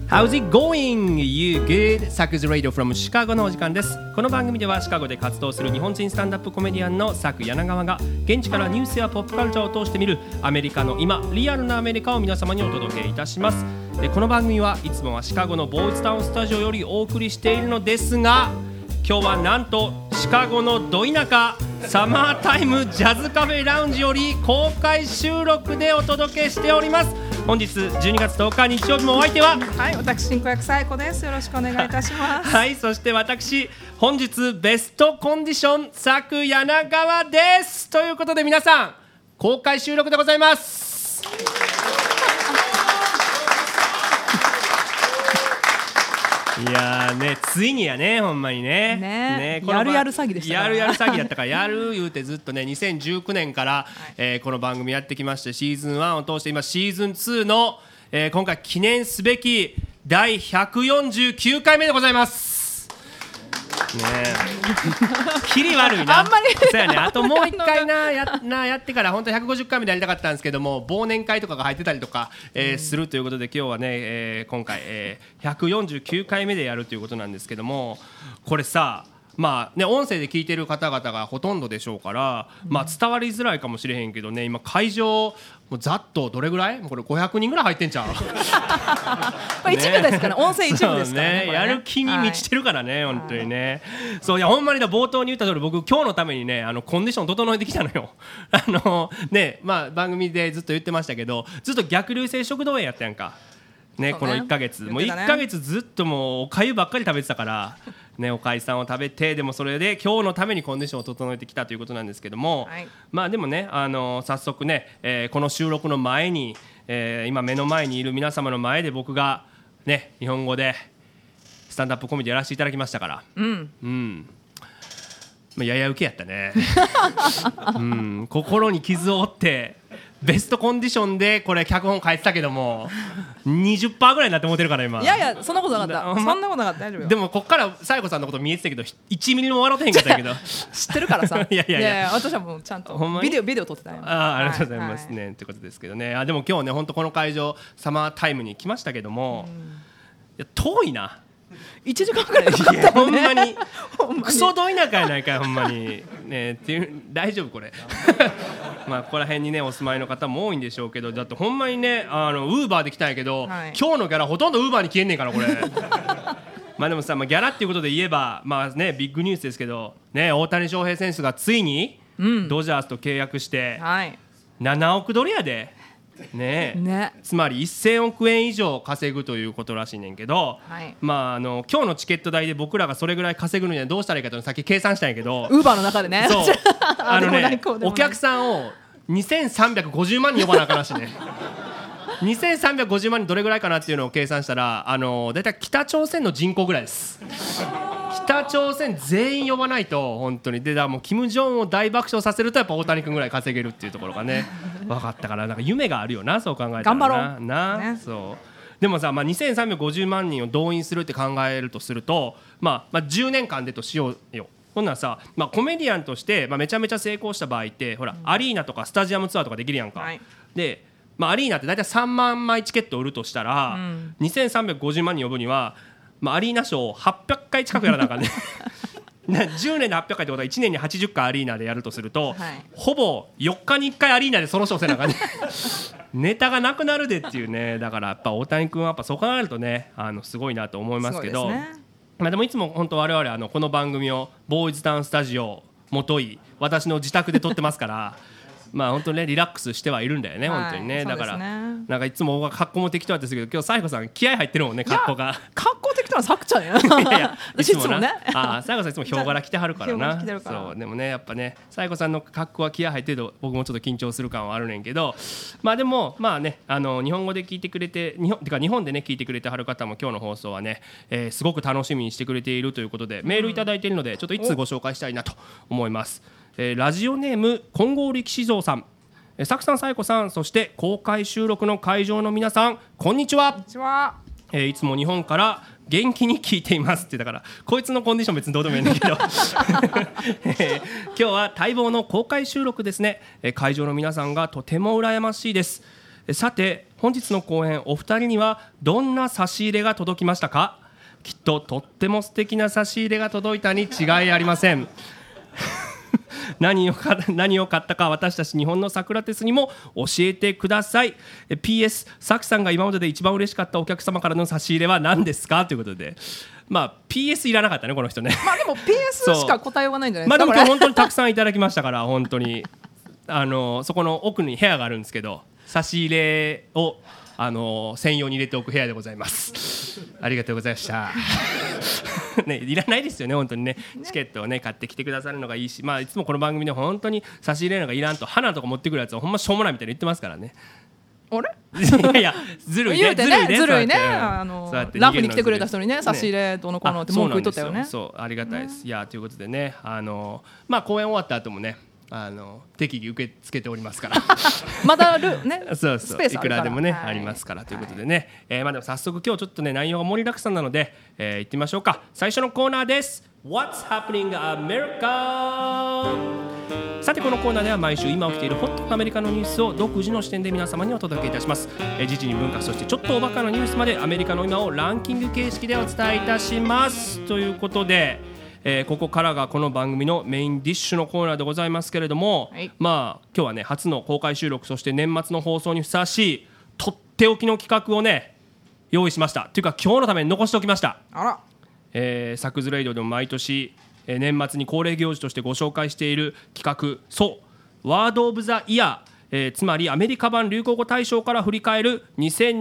How's it going? You good? サクズラディオ from シカゴのお時間です。この番組ではシカゴで活動する日本人スタンダップコメディアンのサク柳川が現地からニュースやポップカルチャーを通して見るアメリカの今、リアルなアメリカを皆様にお届けいたします。この番組はいつもはシカゴのボーイズタウンスタジオよりお送りしているのですが、今日はなんとシカゴのど田舎サマータイムジャズカフェラウンジより公開収録でお届けしております。本日12月10日日曜日もお相手は、 はい、私進行役さえこです。よろしくお願いいたします。 はい、そして私本日ベストコンディションサク柳川です。ということで皆さん公開収録でございます。いやーね、ついにやね、ほんまにね。 やるやる詐欺でしたから。 やる詐欺だったからやる言うてずっとね2019年から、この番組やってきまして、シーズン1を通して今シーズン2の、今回記念すべき第149回目でございますね。キリ悪いな。 あんまりそうやね。あともう一回やってから本当は150回目でやりたかったんですけども、忘年会とかが入ってたりとか、するということで今日はね、今回、149回目でやるということなんですけども、これさ、まあね、音声で聞いてる方々がほとんどでしょうから、まあ、伝わりづらいかもしれへんけどね、今会場もうざっとどれぐらい、これ500人ぐらい入ってんちゃう一部ですから、音声一部ですからね。 やる気に満ちてるからね、本当にね。そういや、ほんまに冒頭に言った通り、僕今日のためにねコンディション整えてきたのよね、まあ、番組でずっと言ってましたけど、ずっと逆流性食道炎やったやんかね、この1ヶ月、もう1ヶ月ずっともうおかゆばっかり食べてたからね、おかゆさんを食べて、でもそれで今日のためにコンディションを整えてきたということなんですけども、はい、まあでもね、早速ね、この収録の前に、今目の前にいる皆様の前で僕がね日本語でスタンダップコメディやらせていただきましたから、まあ、やや受けやったね心に傷を負ってベストコンディションでこれ脚本書いてたけども 20% ぐらいになって思ってるから今。 いやいや、そんなことなかった。そんなことなかった。大丈夫よ。 でもこっからさやこさんのこと見えてたけど1ミリも笑ってへんかったけど知ってるからさいや私はもうちゃんとビデオ撮ってたよ。 ありがとうございますね、ってことですけどね。でも今日ね、本当この会場サマータイムに来ましたけども、いや遠いな。 1時間くらいかかったもんね。 ほんまにクソど田舎やないかい、ほんまにね。っていう大丈夫これまあここら辺にねお住まいの方も多いんでしょうけど、だってほんまにねウーバーで来たんやけど、今日のギャラほとんどウーバーに消えんねんからこれまあでもさ、ギャラっていうことで言えば、まあね、ビッグニュースですけどね、大谷翔平選手がついにドジャースと契約して7億ドルやでね、つまり1000億円以上稼ぐということらしいねんけど、まあ今日のチケット代で僕らがそれぐらい稼ぐのにはどうしたらいいかというのをさっき計算したんやけど、 ウーバーの中でね、 そうお客さんを2350万人呼ばなあかんらしいね2350万人どれぐらいかなっていうのを計算したら、だいたい北朝鮮の人口ぐらいです。北朝鮮全員呼ばないと本当にで、だからもうキム・ジョンウンを大爆笑させるとやっぱ大谷君ぐらい稼げるっていうところがね分かったから、なんか夢があるよな、そう考えたらな。 頑張ろうな、ね、そうでもさ、まあ、2350万人を動員するって考えるとすると、まあ10年間でとしようよ。ほんならさ、まあ、コメディアンとして、めちゃめちゃ成功した場合ってほら、アリーナとかスタジアムツアーとかできるやんか、で、アリーナって大体3万枚チケット売るとしたら、2350万人呼ぶには、アリーナショーを800回近くやらなあかんね10年で800回ってことは1年に80回アリーナでやるとすると、ほぼ4日に1回アリーナでソロショーせなあかんねネタがなくなるでっていうね。だからやっぱ大谷君はやっぱそう考えるとね、すごいなと思いますけど、でもいつも本当我々この番組をボーイズタウンスタジオもとい私の自宅で撮ってますからまあ本当にねリラックスしてはいるんだよね、本当にね。だからなんかいつも格好も適当だったんですけど、今日サイコさん気合入ってるもんね、格好が。 格好適当なサクちゃんやいやいつもね、サイコさんいつもヒョウ柄着てはるからな。そうでもね、やっぱねサイコさんの格好は気合入ってると僕もちょっと緊張する感はあるねんけど、まあでもまあね、日本語で聞いてくれて、日本でね聞いてくれてはる方も今日の放送はね、すごく楽しみにしてくれているということでメールいただいているので、ちょっといつご紹介したいなと思います。ラジオネーム金剛力士蔵さん、サクさん、サイコさん、そして公開収録の会場の皆さん、こんにちは。いつも日本から元気に聞いていますって。だからこいつのコンディション別にどうでもいいんだけど今日は待望の公開収録ですね。会場の皆さんがとても羨ましいです。さて本日の公演お二人にはどんな差し入れが届きましたか？きっととっても素敵な差し入れが届いたに違いありません何を買ったか私たち日本のサクラテスにも教えてください。PS サクさんが今までで一番嬉しかったお客様からの差し入れは何ですかということで、まあ PS いらなかったねこの人ね。 まあでも PS しか答えようがないんじゃないですか。 まあでも今日本当にたくさんいただきましたから本当にそこの奥に部屋があるんですけど差し入れを専用に入れておく部屋でございますありがとうございましたね、いらないですよね本当にね。チケットをね買ってきてくださるのがいいし、まあいつもこの番組で本当に差し入れのがいらんと花とか持ってくるやつはほんましょうもないみたいに言ってますからね。 あれいやずるいねずるいねラフに来てくれた人人にね差し入れどうのこうのって文句言っとったよね。 そうありがたいです、いやということでねまあ公演終わった後もね適宜受け付けておりますからまだねそうスペースあるからいくらでもね、 はいありますからということでね、まあでも早速今日ちょっとね内容が盛りだくさんなので、行ってみましょうか。最初のコーナーです。 What's happening America。 さてこのコーナーでは毎週今起きているホットなアメリカのニュースを独自の視点で皆様にお届けいたします。時事に文化そしてちょっとおバカなニュースまでアメリカの今をランキング形式でお伝えいたしますということで、ここからがこの番組のメインディッシュのコーナーでございますけれども、 はい、 まあ今日はね初の公開収録そして年末の放送にふさわしいとっておきの企画をね用意しました。というか今日のために残しておきました。 あら、 サクズレイドでも毎年、年末に恒例行事としてご紹介している企画、そうワードオブザイヤー、つまりアメリカ版流行語大賞から振り返る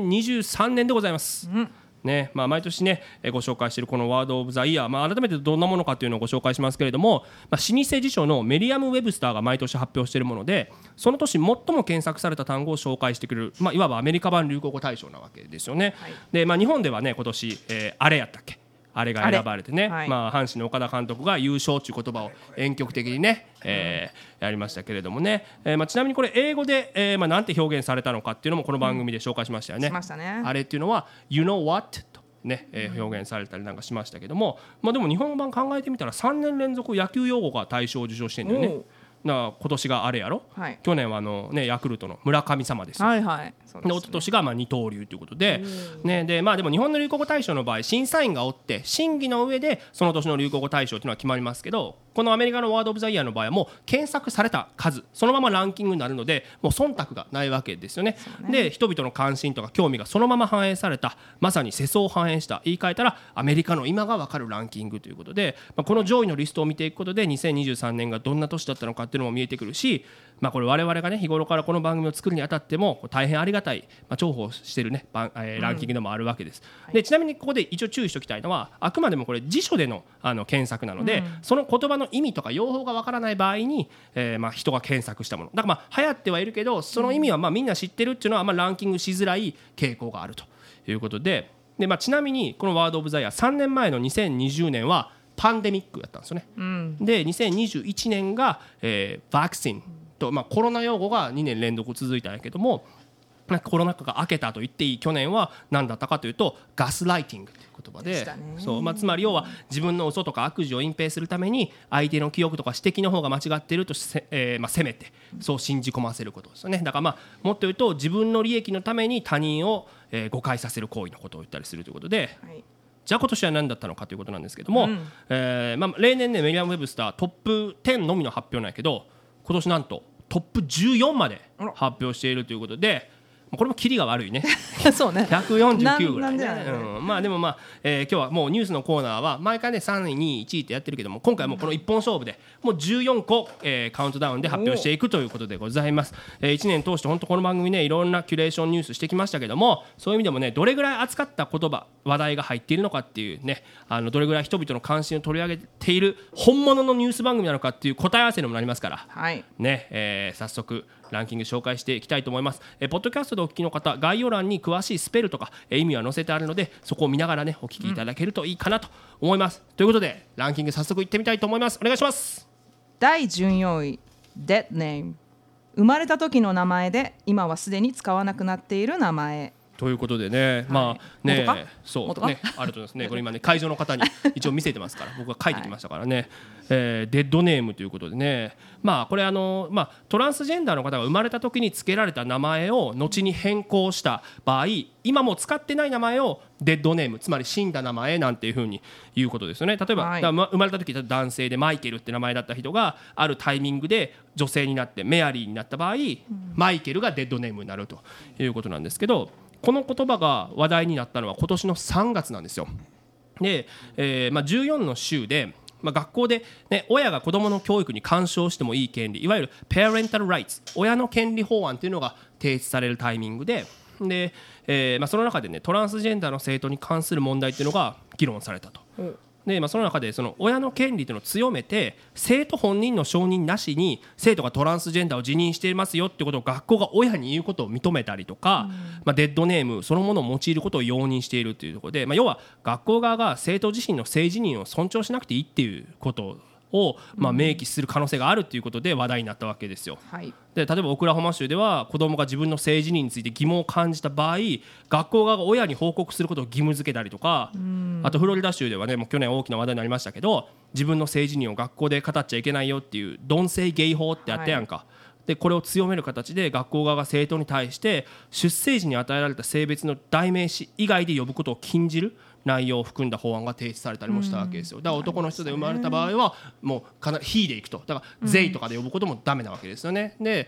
2023年でございます、ね。まあ、毎年ねご紹介しているこのワードオブザイヤー、まあ、改めてどんなものかというのをご紹介しますけれども、まあ、老舗辞書のメリアム・ウェブスターが毎年発表しているものでその年最も検索された単語を紹介してくれる、まあ、いわばアメリカ版流行語大賞なわけですよね、はい。でまあ、日本ではね今年、あれやったっけあれが選ばれてね、はい。まあ、阪神の岡田監督が優勝という言葉を婉曲的にね、やりましたけれどもね、まあ、ちなみにこれ英語で、まあ、なんて表現されたのかっていうのもこの番組で紹介しましたよね、 しましたね。あれっていうのは You know what? とね、表現されたりなんかしましたけども、まあ、でも日本語版考えてみたら3年連続野球用語が大賞を受賞してるんだよね。だから今年があれやろ、はい、去年はね、ヤクルトの村神様ですよ、はいはい、そうですね。で一昨年がまあ二刀流ということで、ね、でまあでも日本の流行語大賞の場合審査員がおって審議の上でその年の流行語大賞というのは決まりますけど、このアメリカのワードオブザイヤーの場合はもう検索された数そのままランキングになるのでもう忖度がないわけですよね。で人々の関心とか興味がそのまま反映された、まさに世相を反映した、言い換えたらアメリカの今が分かるランキングということで、まあ、この上位のリストを見ていくことで2023年がどんな年だったのかっていうのも見えてくるし、まあ、これ我々がね日頃からこの番組を作るにあたっても大変ありがたい、まあ、重宝しているねランキングでもあるわけです、でちなみにここで一応注意しておきたいのはあくまでもこれ辞書での検索なので、その言葉の意味とか用法がわからない場合に、まあ、人が検索したものだからまあ流行ってはいるけどその意味はまあみんな知ってるっていうのはまあランキングしづらい傾向があるということで、まあ、ちなみにこのワードオブザイヤー3年前の2020年はパンデミックだったんですよね、で2021年が、ワクチンと、まあ、コロナ用語が2年連続続いたんやけども、コロナ禍が明けたと言っていい去年は何だったかというとガスライティングという言葉で、そう、まあ、つまり要は自分の嘘とか悪事を隠蔽するために相手の記憶とか指摘の方が間違っているとまあ、責めてそう信じ込ませることですよね。だからまあもっと言うと自分の利益のために他人を、誤解させる行為のことを言ったりするということで、はい、じゃあ今年は何だったのかということなんですけども、まあ、例年ねメリアム・ウェブスタートップ10のみの発表なんやけど今年なんとトップ14まで発表しているということで、これもキリが悪いねそうね 149ぐらいね、まあでもまあ、今日はもうニュースのコーナーは毎回ね3位2位1位ってやってるけども今回はもうこの一本勝負でもう14個、カウントダウンで発表していくということでございます。1年通して本当この番組ねいろんなキュレーションニュースしてきましたけども、そういう意味でもねどれぐらい扱った言葉話題が入っているのかっていうねどれぐらい人々の関心を取り上げている本物のニュース番組なのかっていう答え合わせにもなりますから、はいね早速ランキング紹介していきたいと思います。ポッドキャストでお聞きの方概要欄に詳しいスペルとか意味は載せてあるのでそこを見ながらねお聞きいただけるといいかなと思います、ということでランキング早速いってみたいと思います。お願いします。 第14位 Dead Name、 生まれた時の名前で今はすでに使わなくなっている名前。 ということでね、まあね元かそうね、ありがとうございますね。これ今ね会場の方に一応見せてますから僕が書いてきましたからね、デッドネームということでね、まあこれトランスジェンダーの方が生まれた時に付けられた名前を後に変更した場合、今も使ってない名前をデッドネーム、つまり死んだ名前なんていうふうに言うことですよね。例えば、生まれた時男性でマイケルって名前だった人があるタイミングで女性になってメアリーになった場合、マイケルがデッドネームになるということなんですけど、この言葉が話題になったのは今年の3月なんですよ。で、14の州で、学校で、ね、親が子どもの教育に干渉してもいい権利、いわゆるペアレンタルライツ、親の権利法案というのが提出されるタイミングで、その中で、ね、トランスジェンダーの生徒に関する問題というのが議論されたと。でその中でその親の権利というのを強めて、生徒本人の承認なしに生徒がトランスジェンダーを自認していますよってことを学校が親に言うことを認めたりとか、デッドネームそのものを用いることを容認しているというところで、要は学校側が生徒自身の性自認を尊重しなくていいっていうことを明記する可能性があるということで話題になったわけですよ。で例えばオクラホマ州では子どもが自分の性自認について疑問を感じた場合、学校側が親に報告することを義務付けたりとか、あとフロリダ州ではね、もう去年大きな話題になりましたけど、自分の性自認を学校で語っちゃいけないよっていうドン性ゲイ法ってあったやんか。でこれを強める形で学校側が生徒に対して出生時に与えられた性別の代名詞以外で呼ぶことを禁じる内容を含んだ法案が提出されたりもしたわけですよ。だから男の人で生まれた場合はもうかなりheでいくと、だからtheyとかで呼ぶこともダメなわけですよね。で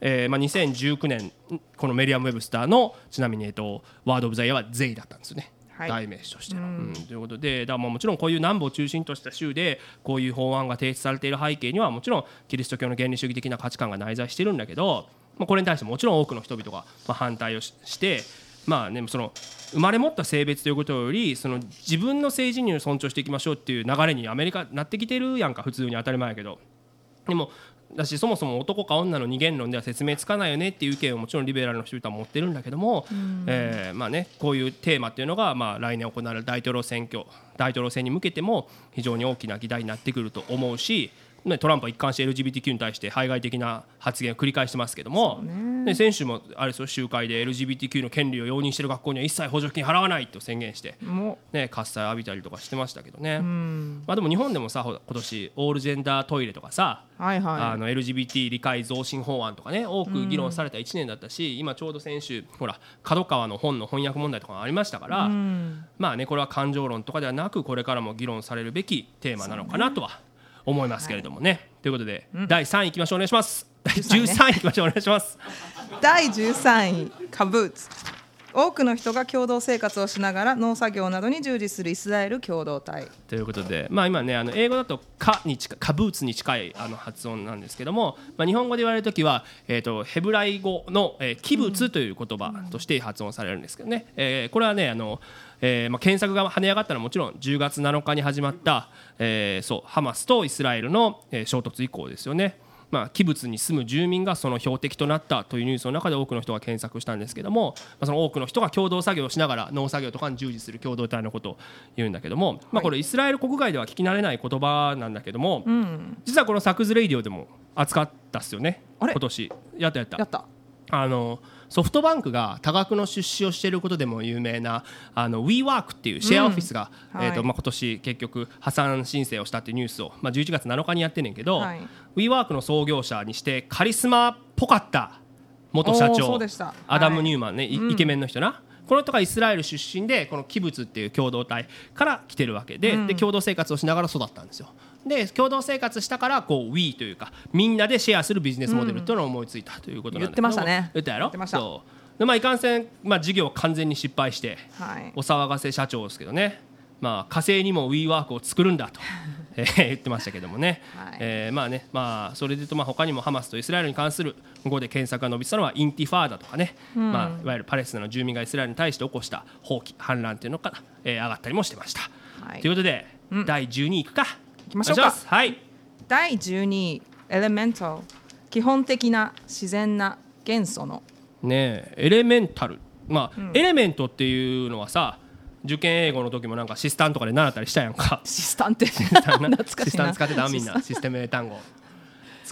2019年このメリアム・ウェブスターのちなみにワード・オブ・ザ・イヤーはtheyだったんですよね、代名詞としての、ということで、だからもちろんこういう南部を中心とした州でこういう法案が提出されている背景にはもちろんキリスト教の原理主義的な価値観が内在しているんだけど、これに対してもちろん多くの人々が反対をしてその生まれ持った性別ということよりその自分の性自認を尊重していきましょうっていう流れにアメリカなってきてるやんか、普通に当たり前やけど。でもだしそもそも男か女の二元論では説明つかないよねっていう意見をもちろんリベラルの人々は持ってるんだけども、こういうテーマっていうのが来年行われる大統領選に向けても非常に大きな議題になってくると思うし、トランプは一貫して LGBTQ に対して排外的な発言を繰り返してますけども、で先週もあれですよ、集会で LGBTQ の権利を容認している学校には一切補助金払わないと宣言して、喝采浴びたりとかしてましたけどね。でも日本でもさ今年オールジェンダートイレとかさ、LGBT 理解増進法案とかね多く議論された1年だったし、今ちょうど先週ほら角川の本の翻訳問題とかもありましたから、これは感情論とかではなくこれからも議論されるべきテーマなのかなとは思いますけれどもね、ということで、第3位いきましょう、お願いします。第13位いきましょう、お願いします。 第13位カブーツ、多くの人が共同生活をしながら農作業などに従事するイスラエル共同体ということで、今ね英語だとカブーツに近い発音なんですけども、日本語で言われるときは、ヘブライ語の、キブツという言葉として発音されるんですけどね、これはね検索が跳ね上がったのはもちろん10月7日に始まった、ハマスとイスラエルの、衝突以降ですよね。キブツに住む住民がその標的となったというニュースの中で多くの人が検索したんですけども、その多くの人が共同作業をしながら農作業とかに従事する共同体のことを言うんだけども、これイスラエル国外では聞き慣れない言葉なんだけども、実はこのサクズレイディオでも扱ったっすよね。今年やったソフトバンクが多額の出資をしていることでも有名なWeWork っていうシェアオフィスが、今年結局破産申請をしたっていうニュースを、11月7日にやってんねんけど、WeWork の創業者にしてカリスマっぽかった元社長アダム・ニューマンね、イケメンの人な、この人がイスラエル出身でこのキブツっていう共同体から来てるわけで、共同生活をしながら育ったんですよ。で共同生活したからWe というかみんなでシェアするビジネスモデルっていうのを思いついたということなんだけど、 言ってましたね。 言ったやろ。 言ってました。 そうでいかんせん、事業完全に失敗して、お騒がせ社長ですけどね、火星にも WeWork を作るんだと言ってましたけどもね、それでと他にもハマスとイスラエルに関する向こうで検索が伸びてたのはインティファーダとかね、いわゆるパレスチナの住民がイスラエルに対して起こした放棄反乱というのから、上がったりもしてました、ということで、第12位いくか。 いきましょうか。 第 12位エレメンタル、基本的な自然な元素のエレメンタル、エレメントっていうのはさ、受験英語の時もなんかシスタンとかで習ったりしたやんか。 シスタンって懐かしいな。 シスタン使ってたみんなシステム英単語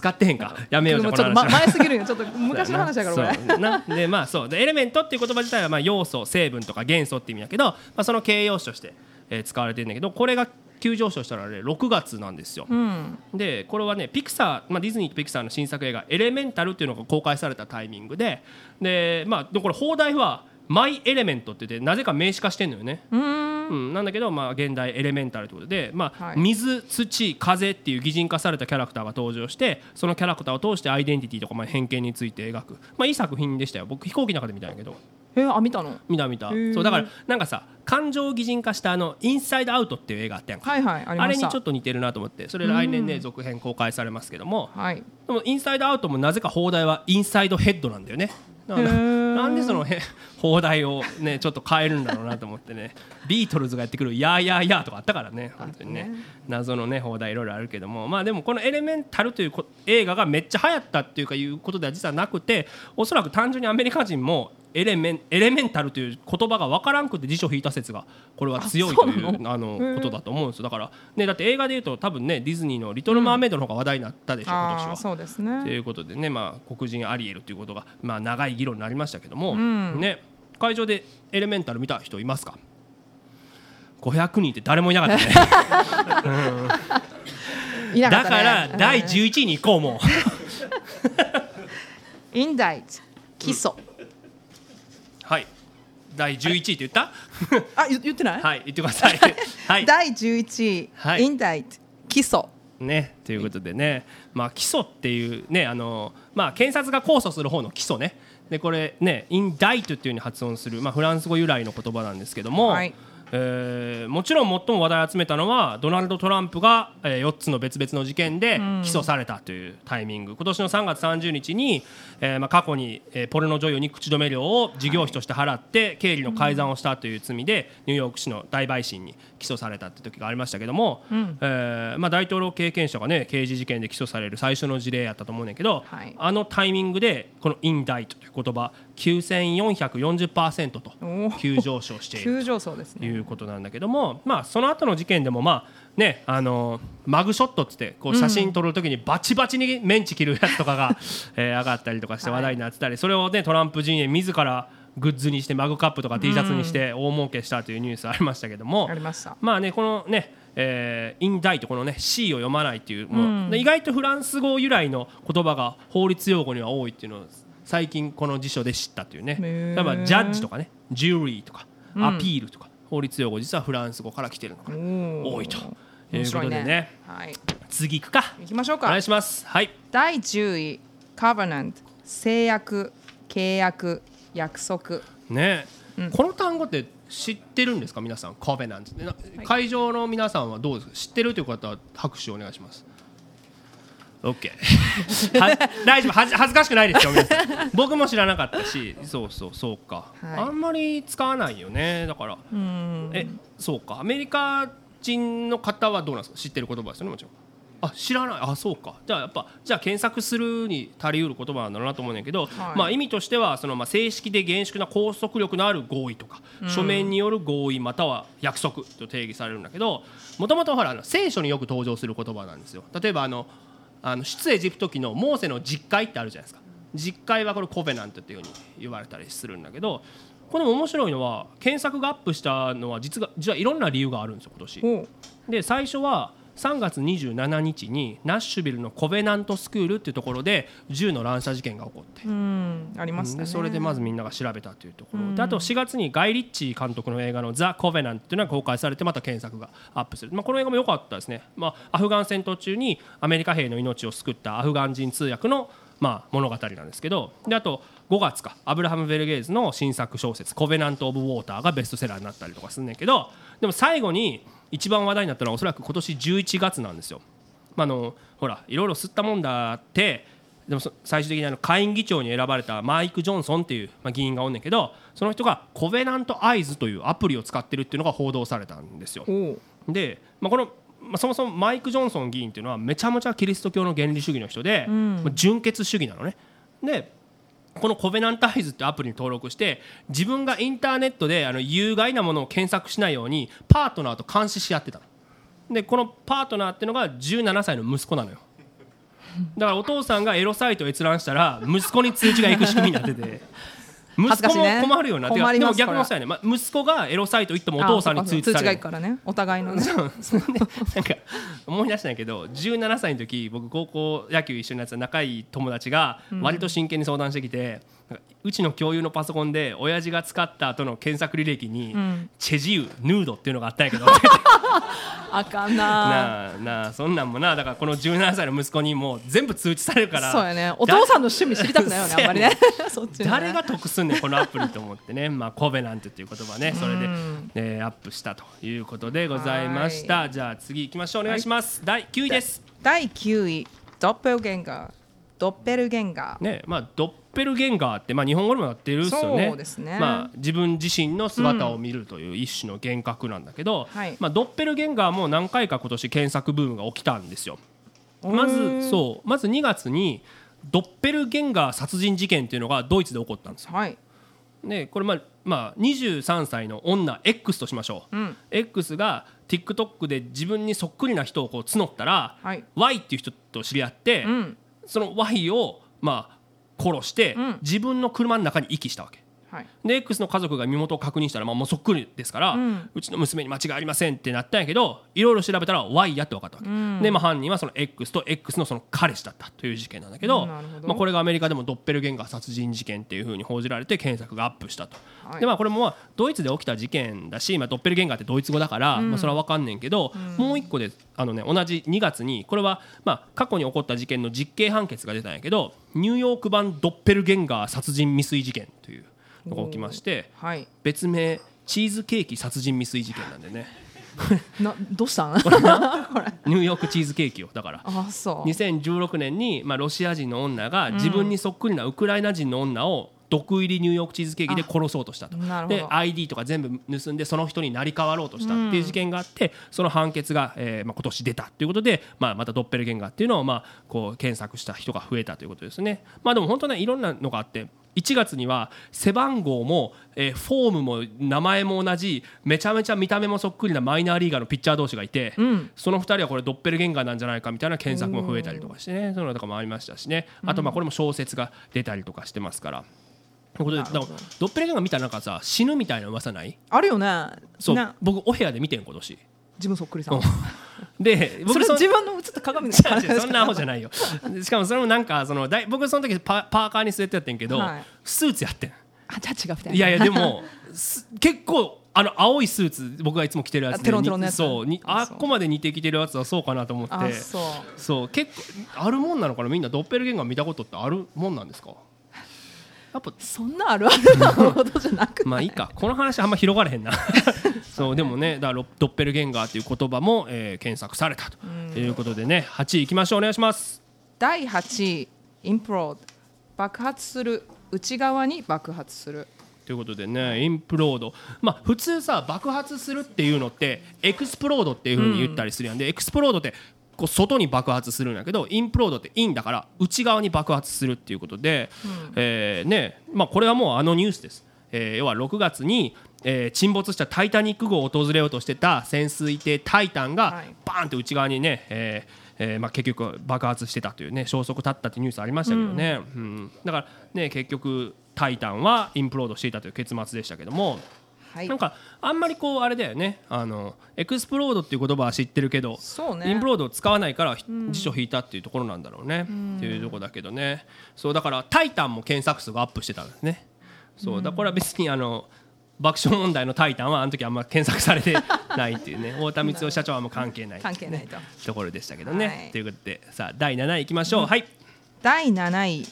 使ってへんかやめようじゃちょっとこの話前すぎるよちょっと昔の話だからこれそうなでまあそうでエレメントっていう言葉自体はまあ要素成分とか元素って意味だけど、まあ、その形容詞として、使われてるんだけどこれが急上昇したのは、ね、6月なんですよ、でこれはねピクサー、まあ、ディズニーとピクサーの新作映画エレメンタルっていうのが公開されたタイミングでまあ、これ放題はマイエレメントって言ってなぜか名詞化してんのよね。なんだけど、まあ、現代エレメンタルということで、まあ水土風っていう擬人化されたキャラクターが登場してそのキャラクターを通してアイデンティティとか、まあ、偏見について描く、まあ、いい作品でしたよ。僕飛行機の中で見たんやけど。 見たの見たそうだからなんかさ感情を擬人化したインサイドアウトっていう映画あったやんか、 はいはい、ありました。 あれにちょっと似てるなと思ってそれ来年ね続編公開されますけども、でもインサイドアウトもなぜか放題はインサイドヘッドなんだよね。なんでその放題をねちょっと変えるんだろうなと思ってねビートルズがやってくるやーやーやーとかあったからね本当にね謎のね放題いろいろあるけども、まあでもこのエレメンタルという映画がめっちゃ流行ったっていうことでは実はなくておそらく単純にアメリカ人もエレメンタルという言葉が分からんくて辞書引いた説がこれは強いということだと思うんですよ。だからねだって映画でいうと多分ねディズニーのリトルマーメイドの方が話題になったでしょ、今年は。 そうですね。 ということでね、まあ、黒人アリエルということが、まあ、長い議論になりましたけども、ね、会場でエレメンタル見た人いますか？500人って誰もいなかったねだから第11位に行こうもうインダイト基礎、 はい第11位って言った言ってない？ はい言ってください、はい、 第11位、はい、インダイト基礎ね、ということでね、まあ、基礎っていうねまあ、検察が控訴する方の基礎ねでこれねインダイトっていう風に発音する、まあ、フランス語由来の言葉なんですけども、はいもちろん最も話題を集めたのはドナルド・トランプが、4つの別々の事件で起訴されたというタイミング、今年の3月30日に、まあ、過去に、ポルノ女優に口止め料を事業費として払って経理の改ざんをしたという罪でニューヨーク市の大陪審に起訴されたという時がありましたけども、まあ、大統領経験者が、ね、刑事事件で起訴される最初の事例やったと思うんだけど、はい、あのタイミングでこのインダイトという言葉9440% と急上昇している急上昇ですねということなんだけども、まあ、その後の事件でも、まあね、マグショットって言ってこう写真撮るときにバチバチにメンチ切るやつとかが、上がったりとかして話題になってたり、それを、ね、トランプ陣営自らグッズにしてマグカップとか T シャツにして大儲けしたというニュースありましたけども、まあねこのねインダイトこのね C を読まないっていう、意外とフランス語由来の言葉が法律用語には多いっていうのを最近この辞書で知ったというね。例えばジャッジとかねジュリーとかアピールとか、法律用語実はフランス語から来てるのが多いということでね、はい、次行くか。 行きましょうか。 お願いします、はい、 第10位 Covenant 制約契約約束ね、この単語って知ってるんですか皆さん。 Covenant、会場の皆さんはどうですか？知ってるという方は拍手をお願いします。OK 大丈夫、恥ずかしくないですよ皆さん僕も知らなかったし、そうか、はい、あんまり使わないよね。だからそうか、アメリカ人の方はどうなんですか？知ってる言葉ですよねもちろん。知らない。そうか。じゃあ検索するに足りうる言葉なんだろうなと思うんだけど、はい、まあ、意味としてはまあ、正式で厳粛な拘束力のある合意とか、書面による合意または約束と定義されるんだけど、もともと聖書によく登場する言葉なんですよ。例えば出エジプト記のモーセの実会ってあるじゃないですか。実会はこれコベナントっていうふうに言われたりするんだけど、これも面白いのは検索がアップしたのは実はいろんな理由があるんですよ今年で。最初は3月27日にナッシュビルのコベナントスクールっていうところで銃の乱射事件が起こって、 ありますね。 それでまずみんなが調べたというところで、あと4月にガイ・リッチー監督の映画のザ・コベナントっていうのが公開されてまた検索がアップする、この映画も良かったですね。アフガン戦闘中にアメリカ兵の命を救ったアフガン人通訳の物語なんですけど、であと5月かアブラハム・ベルゲーズの新作小説コベナント・オブ・ウォーターがベストセラーになったりとかするんだけど、でも最後に一番話題になったのはおそらく今年11月なんですよ。ほらいろいろ吸ったもんだって、でも最終的に下院議長に選ばれたマイク・ジョンソンっていう議員がおんねんけど、その人がコベナント・アイズというアプリを使ってるっていうのが報道されたんですよ。で、このそもそもマイク・ジョンソン議員っていうのはめちゃめちゃキリスト教の原理主義の人で、純血主義なのね。でこのコベナントアイズってアプリに登録して自分がインターネットで有害なものを検索しないようにパートナーと監視し合ってたので、このパートナーっていうのが17歳の息子なのよ。 だからお父さんがエロサイト閲覧したら息子に通知が行く仕組みになってて息子も困るよなって、でも逆もそうやね、息子がエロサイト行ってもお父さんに通知される、 通知が行くからね、お互いのねなんか思い出したんやけど、17歳の時僕高校野球一緒にやってた仲いい友達が割と真剣に相談してきて、うちの共有のパソコンで親父が使った後の検索履歴に、チェジウヌードっていうのがあったんやけどあかんななあそんなんもな、だからこの17歳の息子にもう全部通知されるから、 そうやね、お父さんの趣味知りたくないよねあんまりねそっちね、 誰が得すんねんこのアプリと思ってね、コベナントっていう言葉ね、それで、アップしたということでございました。じゃあ次行きましょう、お願いします。第9位です。 第9位ドッペルゲンガー。ドッペルゲンガーね、ドッペルゲンガーって、日本語でもなってるっすよね。 そうですね、 自分自身の姿を見るという一種の幻覚なんだけど、ドッペルゲンガーも何回か今年検索ブームが起きたんですよ。まず2月にドッペルゲンガー殺人事件っていうのがドイツで起こったんですよ。でこれ23歳の女 X としましょう、X が TikTok で自分にそっくりな人をこう募ったら、Y っていう人と知り合って、その Y を殺して、自分の車の中に遺棄したわけ、で X の家族が身元を確認したら、もうそっくりですから、うちの娘に間違いありませんってなったんやけど、いろいろ調べたら Y やって分かったわけ、で、犯人はその X と X のその彼氏だったという事件なんだけど、これがアメリカでもドッペルゲンガー殺人事件っていう風に報じられて検索がアップしたと、でこれもドイツで起きた事件だし、ドッペルゲンガーってドイツ語だから、それは分かんねんけど、もう一個で同じ2月にこれは過去に起こった事件の実刑判決が出たんやけど、ニューヨーク版ドッペルゲンガー殺人未遂事件というのが起きまして、別名チーズケーキ殺人未遂事件なんでねどうしたんニューヨークチーズケーキをだから2016年にロシア人の女が自分にそっくりなウクライナ人の女を毒入りニューヨークチーズケーキで殺そうとしたと、で ID とか全部盗んでその人になり変わろうとしたっていう事件があって、その判決が、今年出たということで、またドッペルゲンガーっていうのをこう検索した人が増えたということですね。でも本当ね、いろんなのがあって、1月には背番号も、フォームも名前も同じめちゃめちゃ見た目もそっくりなマイナーリーガーのピッチャー同士がいて、その2人はこれドッペルゲンガーなんじゃないかみたいな検索も増えたりとかしてね、そういうのとかもありましたしね。あとこれも小説が出たりとかしてますから。ということで、ドッペルゲンガー見たらなんかさ、死ぬみたいな噂ない？ あるよね。 そう僕お部屋で見てん今年。 自分そっくりさんでそれ自分の映った鏡のそんなアホじゃないよしかもそれもなんか僕その時パーカーにスウェットやってんけど、スーツやってん。 じゃあ違うみたいな。 いやでも結構青いスーツ僕がいつも着てるやつで、 テロンテロンのやつ、 あっこまで似てきてるやつはそうかなと思って、そう結構あるもんなのかな。みんなドッペルゲンガー見たことってあるもんなんですか？ やっぱそんなあるあるなことじゃなくていいか、この話あんま広がれへんなそうでもね、だからドッペルゲンガーという言葉も、検索されたということでね、8位いきましょう。お願いします。 第8位インプロード、爆発する、内側に爆発するということでね、インプロード、普通さ爆発するっていうのってエクスプロードっていう風に言ったりするやんで、エクスプロードってこう外に爆発するんだけど、インプロードってインだから内側に爆発するっていうことで、これはもうニュースです。要は6月に、沈没したタイタニック号を訪れようとしてた潜水艇タイタンがバーンって内側にね、結局爆発してたというね、消息絶ったっていうニュースありましたけどね、だからね、結局タイタンはインプロードしていたという結末でしたけども、なんかあんまりこうあれだよね、エクスプロードっていう言葉は知ってるけど、インプロードを使わないから辞書引いたっていうところなんだろうね、っていうところだけどね。そうだからタイタンも検索数がアップしてたんですね。そうだからこれは別に爆笑問題のタイタンはあの時あんま検索されてないっていうね太田光代社長はもう関係ないとところでしたけどね、ということでさあ第7位いきましょう。 第7位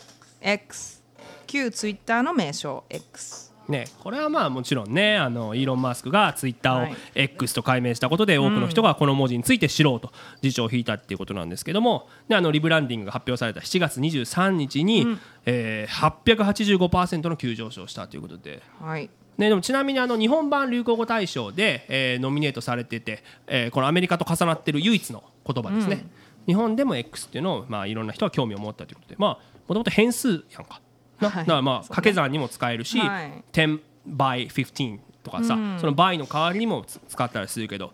X、 旧ツイッターの名称 X ね、これはもちろんね、イーロン・マスクがツイッターを X と改名したことで多くの人がこの文字について知ろうと辞書を引いたっていうことなんですけども、でリブランディングが発表された7月23日に、885% の急上昇したということで、でもちなみに日本版流行語大賞で、ノミネートされてて、このアメリカと重なっている唯一の言葉ですね、日本でも X っていうのを、いろんな人が興味を持ったということで、もともと変数やんかだから掛け算にも使えるし、10 by 15とかさ、その by の代わりにも使ったりするけど、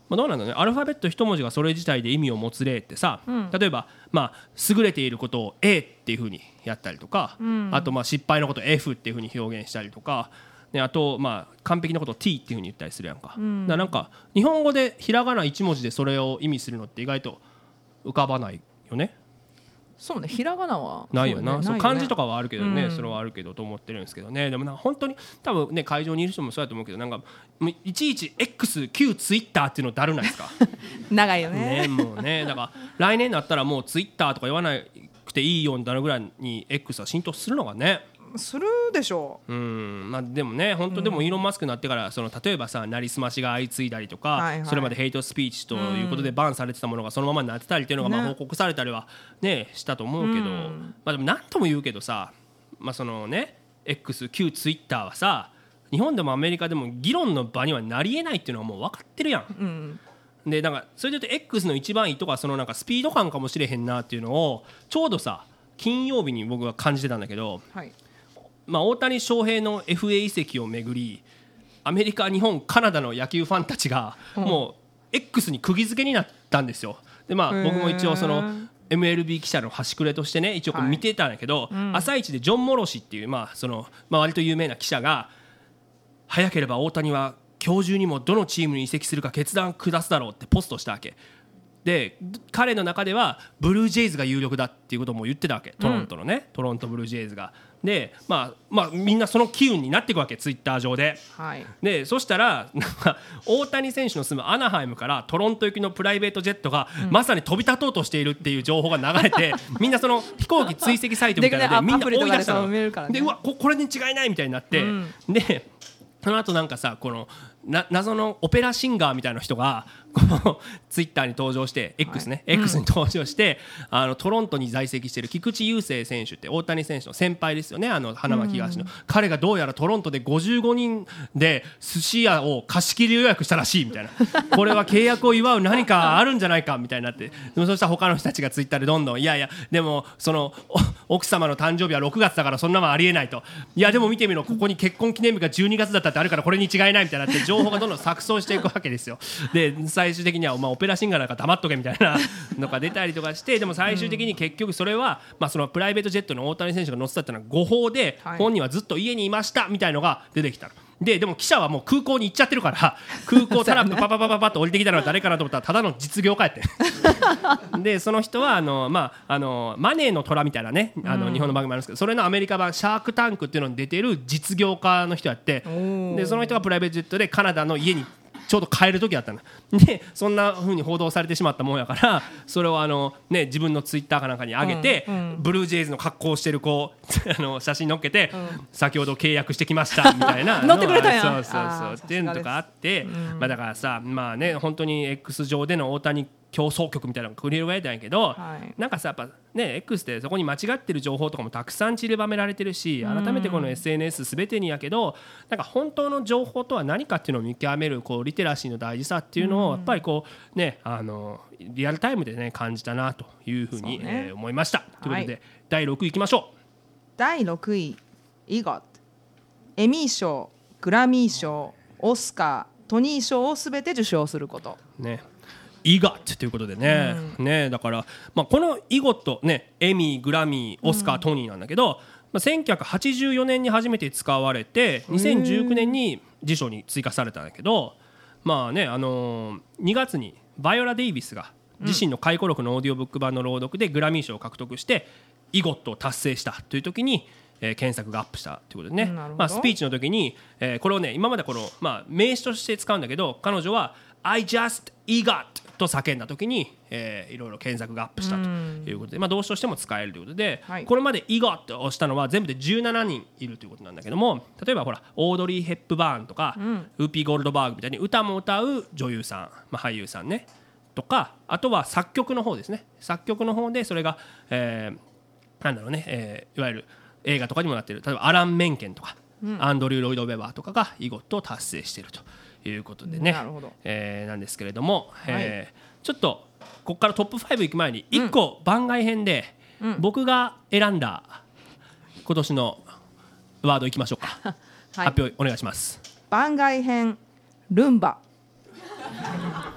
どうなんだろうね、アルファベット一文字がそれ自体で意味を持つ例ってさ、例えば、優れていることを A っていう風にやったりとか、あと失敗のことを F っていう風に表現したりとか、であと完璧なことを T っていう風に言ったりするやんか、だからなんか日本語でひらがな一文字でそれを意味するのって意外と浮かばないよね。 そうね、ひらがなはないよな、そう漢字とかはあるけどね、 うんそれはあるけどと思ってるんですけどね。でもなんか本当に多分ね、会場にいる人もそうやと思うけど、なんかいちいち X 旧ツイッターっていうのだるないですか長いよね。 ね、もうね、だから来年になったらもうツイッターとか言わなくていいようになるぐらいに X は浸透するのがね。 するでしょう。 でもね、本当でもイーロン・マスクになってから例えばさ、なりすましが相次いだりとか、 はいはい、 それまでヘイトスピーチということでバンされてたものがそのままになってたりっていうのが報告されたりは、ね、したと思うけど、でも何とも言うけどさ、そのね X 旧ツイッターはさ、日本でもアメリカでも議論の場にはなりえないっていうのはもう分かってるやん。でなんかそれで言うと X の一番いいとか、そのなんかスピード感かもしれへんなっていうのをちょうどさ金曜日に僕は感じてたんだけど、 はい、 大谷翔平の FA 移籍をめぐり、アメリカ、日本、カナダの野球ファンたちがもう X に釘付けになったんですよ。で僕も一応その MLB 記者の端くれとしてね、一応見てたんだけど、朝一でジョン・モロシっていう割と有名な記者が、早ければ大谷は今日中にもどのチームに移籍するか決断下すだろうってポストしたわけで、彼の中ではブルージェイズが有力だっていうことも言ってたわけ、トロントのね、トロントブルージェイズが。でみんなその機運になっていくわけ、ツイッター上で。でそしたらなんか大谷選手の住むアナハイムからトロント行きのプライベートジェットがまさに飛び立とうとしているっていう情報が流れて、みんなその飛行機追跡サイトみたいなのでみんな追い出したので、うわこれに違いないみたいになって、でその後なんかさ、この謎のオペラシンガーみたいな人がこのツイッターに登場して X ね、X に登場してトロントに在籍している菊池雄星選手って大谷選手の先輩ですよね、花巻東の、彼がどうやらトロントで55人で寿司屋を貸し切り予約したらしいみたいなこれは契約を祝う何かあるんじゃないかみたいになって、そしたら他の人たちがツイッターでどんどん、いやいやでもその奥様の誕生日は6月だからそんなもんありえないと、いやでも見てみろ、ここに結婚記念日が12月だったってあるからこれに違いないみたいになって情報がどんどん錯綜していくわけですよ。で最終的にはオペラシンガーなんか黙っとけみたいなのが出たりとかして、でも最終的に結局それはそのプライベートジェットの大谷選手が乗ってたっていうのは誤報で、本人はずっと家にいましたみたいのが出てきたの。でも記者はもう空港に行っちゃってるから空港タラップパパパパパッと降りてきたのは誰かなと思ったらただの実業家やってでその人はマネーの虎みたいなね、日本の番組あるんですけど、それのアメリカ版シャークタンクっていうのに出てる実業家の人やって、でその人がプライベートジェットでカナダの家にちょうど帰る時だったので、そんな風に報道されてしまったもんやから、それを自分のツイッターかなんかに上げて、ブルージェイズの格好をしてる子写真載っけて、先ほど契約してきましたみたいな載ってくれたんや。 そうっていうのとかあって、だからさ本当に X 上での大谷競争局みたいなのが繰り広げられたんやけど、なんかさやっぱね X ってそこに間違ってる情報とかもたくさん散りばめられてるし、改めてこの SNS 全てにやけど、なんか本当の情報とは何かっていうのを見極めるリテラシーの大事さっていうのをやっぱりねリアルタイムでね感じたなというふうに思いました。ということで第6位いきましょう。 第6位 EGOT エミー賞、グラミー賞、オスカー、トニー賞を全て受賞することね。EGOT ということでね、だから、この EGOT ね、エミー、グラミー、オスカー、トニーなんだけど、1984年に初めて使われて2019年に辞書に追加されたんだけど、2月にバイオラ・デイビスが自身の回顧録のオーディオブック版の朗読でグラミー賞を獲得して EGOT を達成したという時に検索がアップしたということでね、スピーチの時にこれをね今まで名詞として使うんだけど、彼女は I just EGOT と叫んだ時にいろいろ検索がアップしたということで、動詞としても使えるということで、これまで EGOT をしたのは全部で17人いるということなんだけども、例えばほらオードリー・ヘップバーンとか、ウーピー・ゴールドバーグみたいに歌も歌う女優さん、俳優さんねとか、あとは作曲の方ですね、作曲の方でそれが、なんだろうね、いわゆる映画とかにもなっている、例えばアラン・メンケンとか、アンドリュー・ロイド・ウェバーとかが EGOT を達成しているということでね、なんですけれども、ちょっとここからトップ5いく前に1個番外編で僕が選んだ今年のワードいきましょうか。発表お願いします。 番外編ルンバ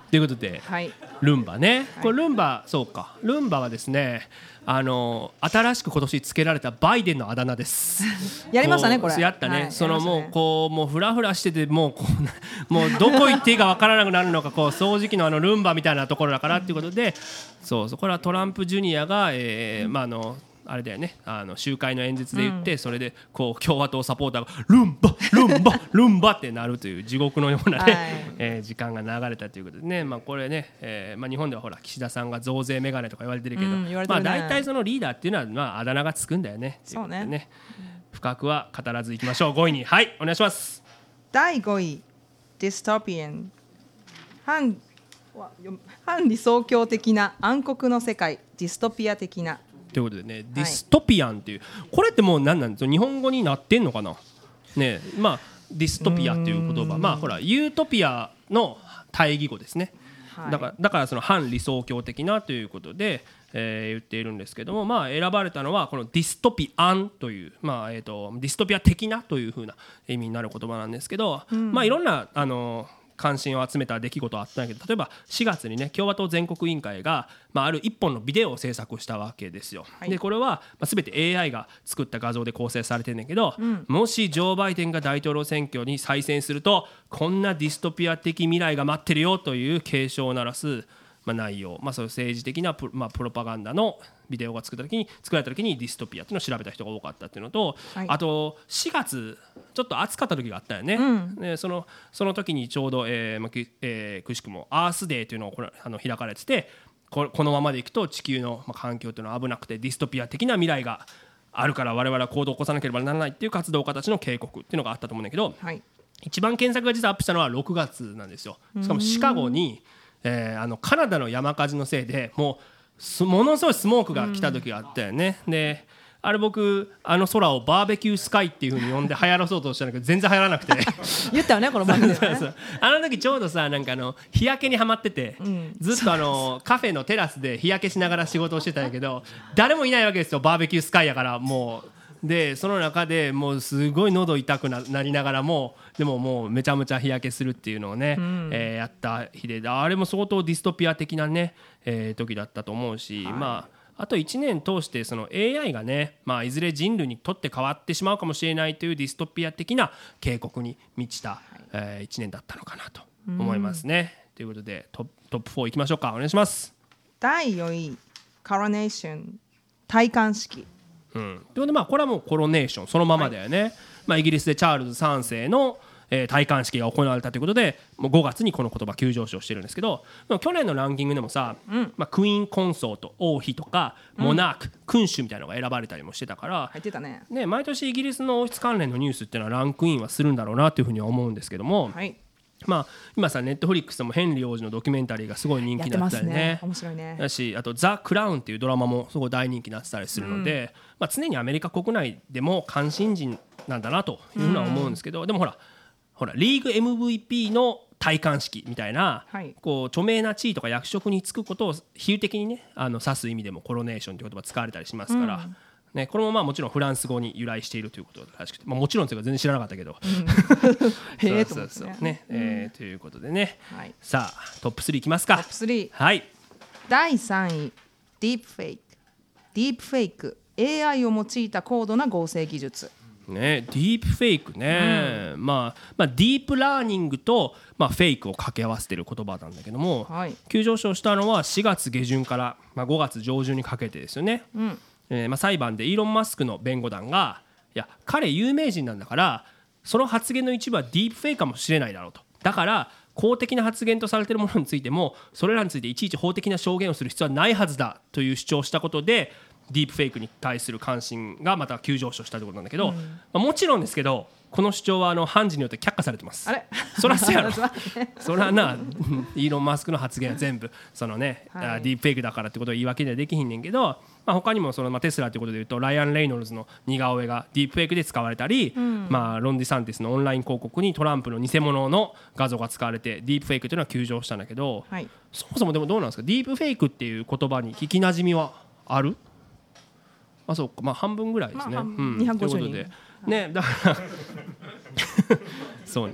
ということで、 はい、 ルンバね、これルンバ、そうか、ルンバはですね、新しく今年つけられたバイデンのあだ名ですやりましたねこれ。 やったね、 はい、 そのもうやりましたねこうもうフラフラしててもうどこ行っていいかわからなくなるのか、こう掃除機のルンバみたいなところだからっていうことで、そうこれはトランプジュニアが、あれだよね、集会の演説で言って、それでこう共和党サポーターがルンバルンバルンバってなるという地獄のようなね、時間が流れたということでね、これね、日本ではほら岸田さんが増税メガネとか言われてるけど、大体そのリーダーっていうのはあだ名がつくんだよね。 そうね。 深くは語らずいきましょう。5位にはいお願いします。 第5位ディストピアン、反理想郷的な暗黒の世界、ディストピア的なということでね、ディストピアンっていう、これってもう何なんですよ、日本語になってんのかな、ね、ディストピアっていう言葉、ほらユートピアの対義語ですね、だからその反理想郷的なということで、言っているんですけども、選ばれたのはこのディストピアンという、ディストピア的なというふうな意味になる言葉なんですけど、いろんな関心を集めた出来事あったんだけど、例えば4月にね共和党全国委員会が、ある一本のビデオを制作したわけですよ、でこれは、全て AI が作った画像で構成されてるんだけど、もしジョー・バイデンが大統領選挙に再選するとこんなディストピア的未来が待ってるよという警鐘を鳴らす、内容、そういう政治的なプロパガンダのビデオが作られた時にディストピアっていうのを調べた人が多かったっていうのと、あと4月ちょっと暑かった時があったよね、でその時にちょうど、くしくもアースデーというのを開かれてて、このままでいくと地球の環境というのは危なくてディストピア的な未来があるから我々は行動を起こさなければならないっていう活動家たちの警告っていうのがあったと思うんだけど、一番検索が実はアップしたのは6月なんですよ。しかもシカゴにカナダの山火事のせいでものすごいスモークが来た時があったよね、で僕空をバーベキュースカイっていう風に呼んで流行らそうとしたんだけど全然流行らなくて言ったよねこの番組でねそう時ちょうどさ日焼けにはまってて、ずっとカフェのテラスで日焼けしながら仕事をしてたんやけど誰もいないわけですよ、バーベキュースカイやからもうでその中でもうすごい喉痛く なりながらもでももうめちゃめちゃ日焼けするっていうのをね、やった日で、あれも相当ディストピア的なね、時だったと思うし、あと1年通してその AI がね、いずれ人類にとって変わってしまうかもしれないというディストピア的な警告に満ちた、1年だったのかなと思いますね。ということでトップ4いきましょうか。お願いします。 第4位コロネーション、戴冠式。 ということでこれはもうコロネーションそのままだよね、イギリスでチャールズ3世の戴冠式が行われたということでもう5月にこの言葉急上昇してるんですけど、去年のランキングでもさ、クイーンコンソート王妃とかモナーク、君主みたいなのが選ばれたりもしてたから入ってたね。 毎年イギリスの王室関連のニュースっていうのはランクインはするんだろうなというふうには思うんですけども、今さネットフリックスでもヘンリー王子のドキュメンタリーがすごい人気になってたりね、 面白いね。 だしあとザ・クラウンっていうドラマもすごい大人気になってたりするので、常にアメリカ国内でも関心人なんだなというのは思うんですけど、でもほらリーグ MVP の戴冠式みたいな、こう著名な地位とか役職に就くことを比喩的にね指す意味でもコロネーションという言葉使われたりしますから、これももちろんフランス語に由来しているということらしくて、もちろんというか全然知らなかったけど、 へえと思ってね。ということでね、さあトップ3いきますか。 トップ3、 はい、 第3位ディープフェイク。ディープフェイク、 AI を用いた高度な合成技術ね、ディープフェイクね、ディープラーニングと、フェイクを掛け合わせている言葉なんだけども、急上昇したのは4月下旬から、5月上旬にかけてですよね、裁判でイーロン・マスクの弁護団がいや彼有名人なんだからその発言の一部はディープフェイクかもしれないだろうと、だから公的な発言とされているものについてもそれらについていちいち法的な証言をする必要はないはずだという主張をしたことでディープフェイクに対する関心がまた急上昇したということなんだけど、もちろんですけどこの主張は判事によって却下されてます。 あれそりゃそうやろそりゃなイーロン・マスクの発言は全部そのね、ディープフェイクだからってことを言い訳にはできひんねんけど、他にもその、テスラということでいうとライアン・レイノルズの似顔絵がディープフェイクで使われたり、ロン・ディサンティスのオンライン広告にトランプの偽物の画像が使われてディープフェイクというのは急上したんだけど、そもそもでもどうなんですか、ディープフェイクっていう言葉に聞きなじみはある？そうか、半分ぐらいですね。 250人ということでね、だからそうね、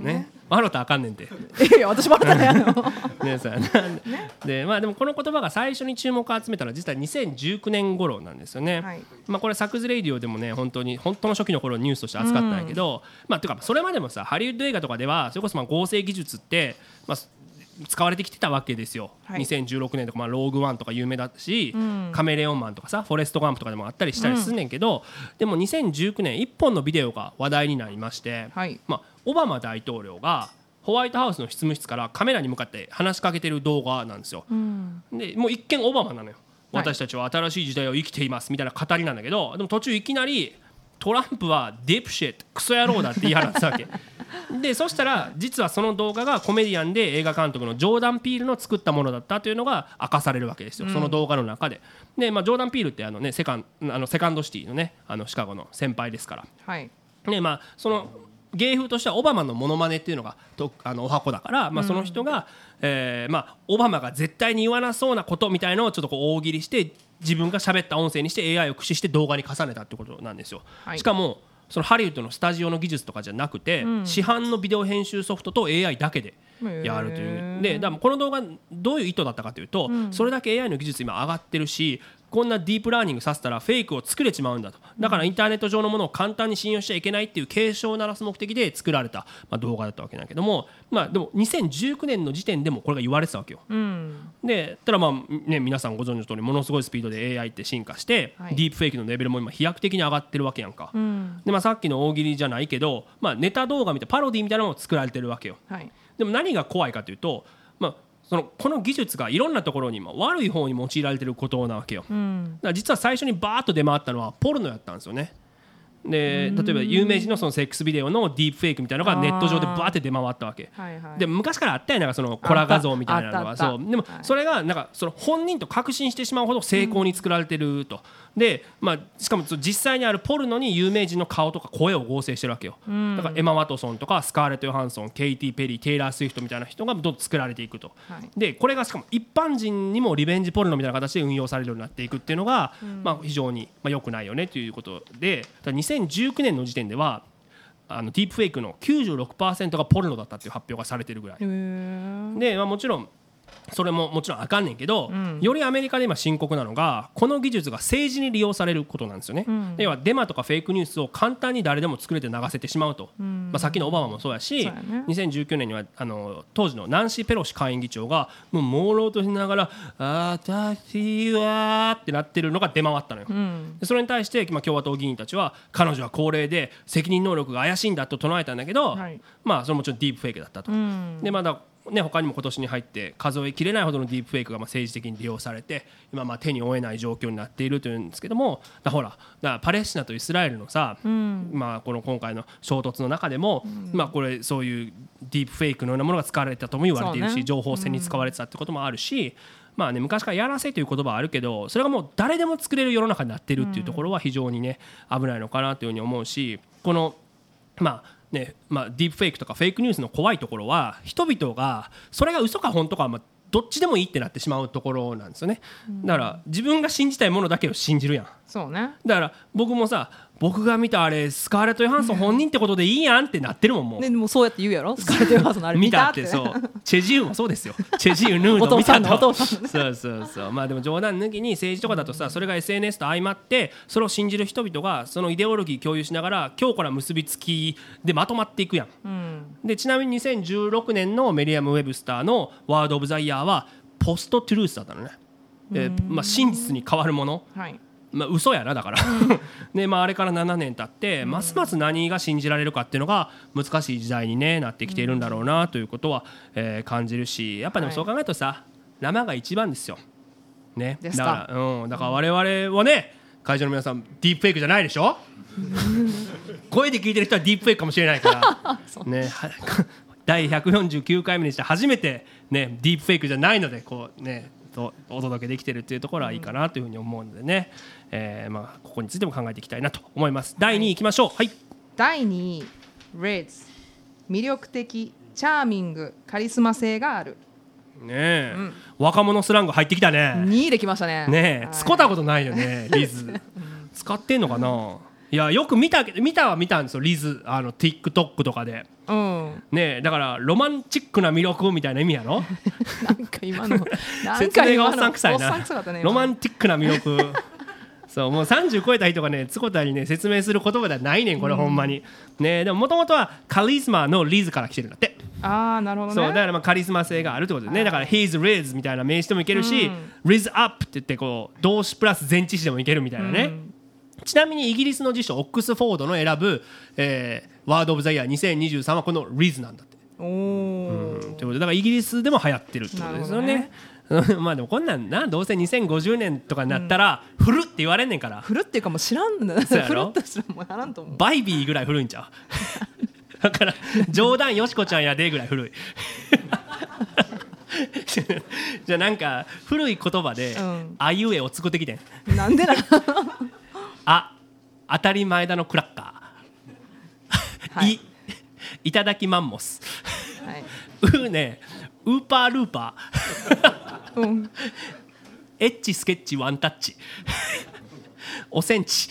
笑ったらあかんねんていや私笑ったらやのねそうやなでまあでもこの言葉が最初に注目を集めたのは実は2019年頃なんですよね、 はいまあこれサクズレイディオでもね本当の初期の頃ニュースとして扱ったんやけど、まあてかそれまでもさハリウッド映画とかではそれこそまあ合成技術ってまあ使われてきてたわけですよ、 はい 2016年とか、まあ、ローグワンとか有名だったし、カメレオンマンとかさフォレストガンプとかでもあったりしたりすんねんけど、でも2019年1本のビデオが話題になりまして、 はいまあ、オバマ大統領がホワイトハウスの執務室からカメラに向かって話しかけてる動画なんですよ、でもう一見オバマなのよ、 はい私たちは新しい時代を生きていますみたいな語りなんだけど、でも途中いきなりトランプはディプシェットクソ野郎だって言い放ってたわけでそしたら実はその動画がコメディアンで映画監督のジョーダン・ピールの作ったものだったというのが明かされるわけですよ、その動画の中で。で、まあ、ジョーダン・ピールってね、セカンドシティのねシカゴの先輩ですから、 はいでまあ、その芸風としてはオバマのモノマネっていうのがお箱だから、まあ、その人が、まあ、オバマが絶対に言わなそうなことみたいのをちょっとこう大喜利して自分が喋った音声にして AI を駆使して動画に重ねたってことなんですよ、 はい、 しかもそのハリウッドのスタジオの技術とかじゃなくて、市販のビデオ編集ソフトと AI だけでやるというでだからこの動画どういう意図だったかというと、それだけ AI の技術今上がってるしこんなディープラーニングさせたらフェイクを作れちまうんだと、だからインターネット上のものを簡単に信用しちゃいけないっていう警鐘を鳴らす目的で作られた、まあ、動画だったわけだけども、まあ、でも2019年の時点でもこれが言われてたわけよ、でただまあ、ね、皆さんご存知の通りものすごいスピードで AI って進化して、 はい、 ディープフェイクのレベルも今飛躍的に上がってるわけやんか、でまあ、さっきの大喜利じゃないけど、まあ、ネタ動画みたいなパロディみたいなのも作られてるわけよ、 はい、 でも何が怖いかというと、まあ、この技術がいろんなところに悪い方に用いられてることなわけよ、だから実は最初にバーッと出回ったのはポルノやったんですよね。で例えば有名人のそのセックスビデオのディープフェイクみたいなのがネット上でバーって出回ったわけ、 はいはい、 で昔からあったよ、そのコラ画像みたいなのがそうでもそれがなんかその本人と確信してしまうほど精巧に作られてると、でまあ、しかも実際にあるポルノに有名人の顔とか声を合成してるわけよ、だからエマ・ワトソンとかスカーレット・ヨハンソン、ケイティ・ペリー、テイラー・スウィフトみたいな人がどんどん作られていくと、 はい、 でこれがしかも一般人にもリベンジポルノみたいな形で運用されるようになっていくっていうのが、まあ、非常に良くないよねということで、2019年の時点ではディープフェイクの 96% がポルノだったっていう発表がされてるぐらいで、まあ、もちろんそれももちろんあかんねんけど、よりアメリカで今深刻なのがこの技術が政治に利用されることなんですよね、要はデマとかフェイクニュースを簡単に誰でも作れて流せてしまうと、まあ、さっきのオバマもそうやし、2019年には当時のナンシー・ペロシ下院議長がもう朦朧としながら私はってなってるのが出回ったのよ、でそれに対して、まあ、共和党議員たちは彼女は高齢で責任能力が怪しいんだと唱えたんだけど、はい、まあそれもちろんディープフェイクだったと、でまだね、他にも今年に入って数えきれないほどのディープフェイクが政治的に利用されて今まあ手に負えない状況になっているというんですけども、だからパレスチナとイスラエルのさ、まあ、この今回の衝突の中でも、まあ、これそういうディープフェイクのようなものが使われたとも言われているし、情報戦に使われてたってこともあるし、まあね、昔からやらせという言葉はあるけどそれがもう誰でも作れる世の中になっているっていうところは非常にね危ないのかなというふうに思うし、このまあねまあ、ディープフェイクとかフェイクニュースの怖いところは人々がそれが嘘か本当かはどっちでもいいってなってしまうところなんですよね。だから自分が信じたいものだけを信じるやん。 そうね、 だから僕もさ僕が見たあれスカーレット・ヨハンソン本人ってことでいいやんってなってるもんもう、 ね、でもそうやって言うやろスカーレット・ヨハンソンのあれ見たってそうチェジウもそうですよチェジウヌード見たとお父さんのそうそうそう、まあでも冗談抜きに政治とかだとさそれが SNS と相まってそれを信じる人々がそのイデオロギー共有しながら今日から結びつきでまとまっていくやん、でちなみに2016年のメリアム・ウェブスターのワード・オブ・ザ・イヤーはポスト・トゥルースだったのね、まあ、真実に変わるもの、はいまあ、嘘やなだからで、まあ、あれから7年経ってますます何が信じられるかっていうのが難しい時代に、ね、なってきているんだろうなということは、感じるしやっぱでもそう考えるとさ、生が一番ですよ、ね、だから、だから我々はね会場の皆さんディープフェイクじゃないでしょ声で聞いてる人はディープフェイクかもしれないからね第149回目にして初めて、ね、ディープフェイクじゃないのでこうねお届けできてるっていうところはいいかなというふうに思うのでね、まあ、ここについても考えていきたいなと思います。第2位いきましょう。はい、 第2位 Reds 魅力的チャーミングカリスマ性があるねえ、若者スラング入ってきたね。 2位できましたね。 ねえ、使ったことないよねリズ使ってんのかな。いやよく見たは見たんですよリズTikTok とかで、 ね、だからロマンチックな魅力みたいな意味やろなんか今の説明がおっさん臭いおっさなん臭かったね今ロマンティックな魅力そうもう30超えた人がねつこたにね説明する言葉ではないねんこれ、ほんまにね。でももともとはカリスマのリズから来てるんだって。 ああなるほどね。 そうだからまあカリスマ性があるってことでね。だから He's Riz みたいな名詞でもいけるし、Riz Up って言ってこう動詞プラス前置詞でもいけるみたいなね、ちなみにイギリスの辞書オックスフォードの選ぶ、ワードオブザイヤー2023はこの Riz なんだって。 おー、 ということでだからイギリスでも流行ってるってことですよね。まあでもこんなんなどうせ2050年とかになったら古って言われんねんから、 古っていうかもう知らんんだそうやろ古っとしたらもうやらんと思う。 バイビーぐらい古いんちゃうだから冗談よしこちゃんやでぐらい古いじゃあなんか古い言葉で、あいうえを作ってきてんなんでな当たり前だのクラッカー、 はいいただきマンモス、 はい、 ウーパールーパーエッチスケッチワンタッチおセンチ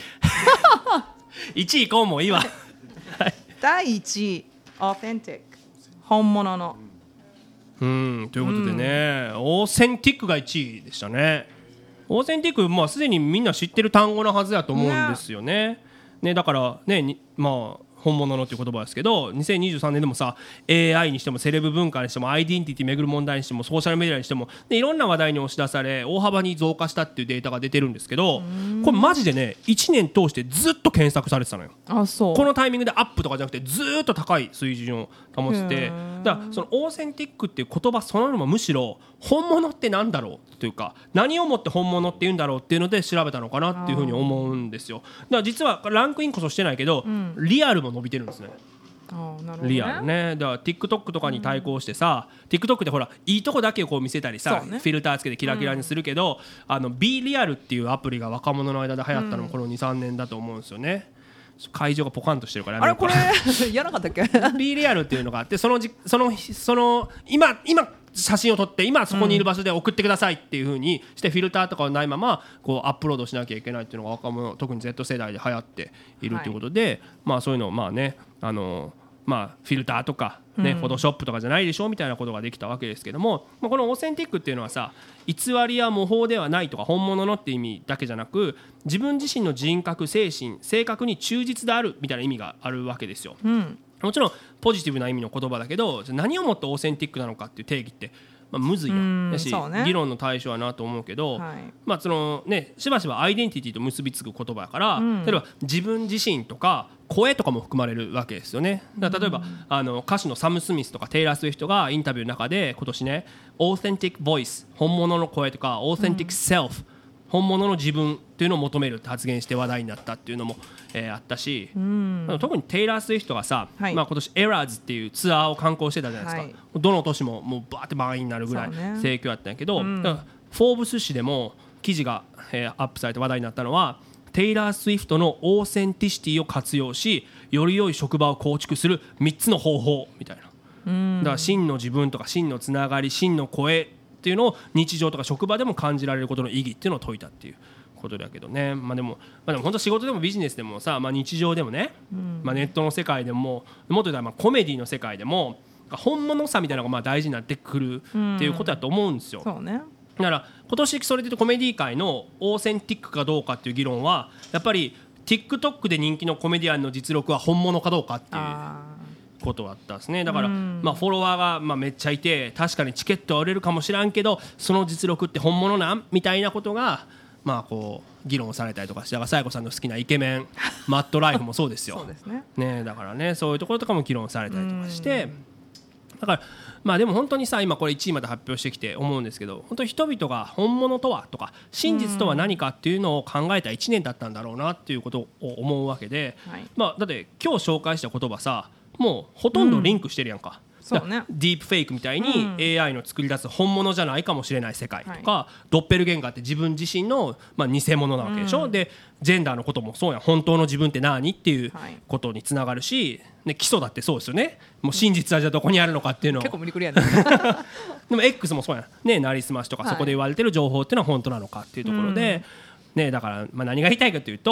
1位こうもいいわ第1位オーセンティック本物のということでね、オーセンティックが1位でしたね。オーセンティック、まあ、すでにみんな知ってる単語のはずやと思うんですよね。だからねまあ本物のっていう言葉ですけど2023年でもさ AI にしてもセレブ文化にしてもアイデンティティ巡る問題にしてもソーシャルメディアにしてもいろんな話題に押し出され大幅に増加したっていうデータが出てるんですけどこれマジでね1年通してずっと検索されてたのよ。 あそうこのタイミングでアップとかじゃなくてずっと高い水準を保っててだからそのオーセンティックっていう言葉そのものもむしろ本物ってなんだろうというか何をもって本物って言うんだろうっていうので調べたのかなっていうふうに思うんですよ。だから実はランクインこそしてないけど、リアルも伸びてるんですね。 あなるほどね、 リアルね。だから TikTok とかに対抗してさ、TikTok ってほらいいとこだけをこう見せたりさ、フィルターつけてキラキラにするけど、Be Real っていうアプリが若者の間で流行ったのもこの 2,3 年だと思うんですよね。会場がポカンとしてるからあれこれやらなかったっけ Be Real っていうのがあってその今写真を撮って今そこにいる場所で送ってくださいっていう風にしてフィルターとかはないままこうアップロードしなきゃいけないっていうのが若者特に Z 世代で流行っているということで、まあそういうのをまあねまあフィルターとかねフォトショップとかじゃないでしょみたいなことができたわけですけども、まあこのオーセンティックっていうのはさ偽りや模倣ではないとか本物のって意味だけじゃなく自分自身の人格精神性格に忠実であるみたいな意味があるわけですよ。もちろんポジティブな意味の言葉だけど何をもってオーセンティックなのかっていう定義って、まあ、むずいやし、議論の対象やなと思うけど、まあそのねしばしばアイデンティティと結びつく言葉やから、例えば自分自身とか声とかも含まれるわけですよね。だから例えば歌手のサム・スミスとかテイラー・スウィフトがインタビューの中で今年ねオーセンティックボイス本物の声とかオーセンティックセルフ本物の自分っていうのを求めるって発言して話題になったっていうのも、あったし、特にテイラー・スウィフトがさ、まあ、今年エラーズっていうツアーを観光してたじゃないですか、どの年ももうバーって満員になるぐらい盛況やったんやけど、だからフォーブス誌でも記事が、アップされて話題になったのはテイラー・スウィフトのオーセンティシティを活用しより良い職場を構築する3つの方法みたいな。だから真の自分とか真のつながり真の声っていうのを日常とか職場でも感じられることの意義っていうのを説いたっていうことだけどね。まあでも本当仕事でもビジネスでもさ、まあ、日常でもね、まあ、ネットの世界でももっと言ったらまあコメディの世界でも本物さみたいなのがまあ大事になってくるっていうことだと思うんですよ。 そうね。 だから今年それで言うとコメディ界のオーセンティックかどうかっていう議論はやっぱり TikTok で人気のコメディアンの実力は本物かどうかっていうことだったんですね。だからまあフォロワーがまあめっちゃいて確かにチケットは売れるかもしらんけどその実力って本物なんみたいなことがまあこう議論されたりとかして、だから紗栄子さんの好きなイケメンマットライフもそうですよ。 そうですね。 ね、だからねそういうところとかも議論されたりとかして、だからまあでも本当にさ今これ1位まで発表してきて思うんですけど本当に人々が本物とはとか真実とは何かっていうのを考えた1年だったんだろうなっていうことを思うわけで、まあだって今日紹介した言葉さもうほとんどリンクしてるやんか。 そうね、 ディープフェイクみたいに AI の作り出す本物じゃないかもしれない世界とか、ドッペルゲンガーって自分自身のまあ偽物なわけでしょ、でジェンダーのこともそうやん本当の自分って何っていうことにつながるし、ね、基礎だってそうですよね。もう真実はじゃあどこにあるのかっていうのを結構無理くりやねでも X もそうやんね、なりすましとかそこで言われてる情報っていうのは本当なのかっていうところで、ね、だからまあ何が言いたいかというと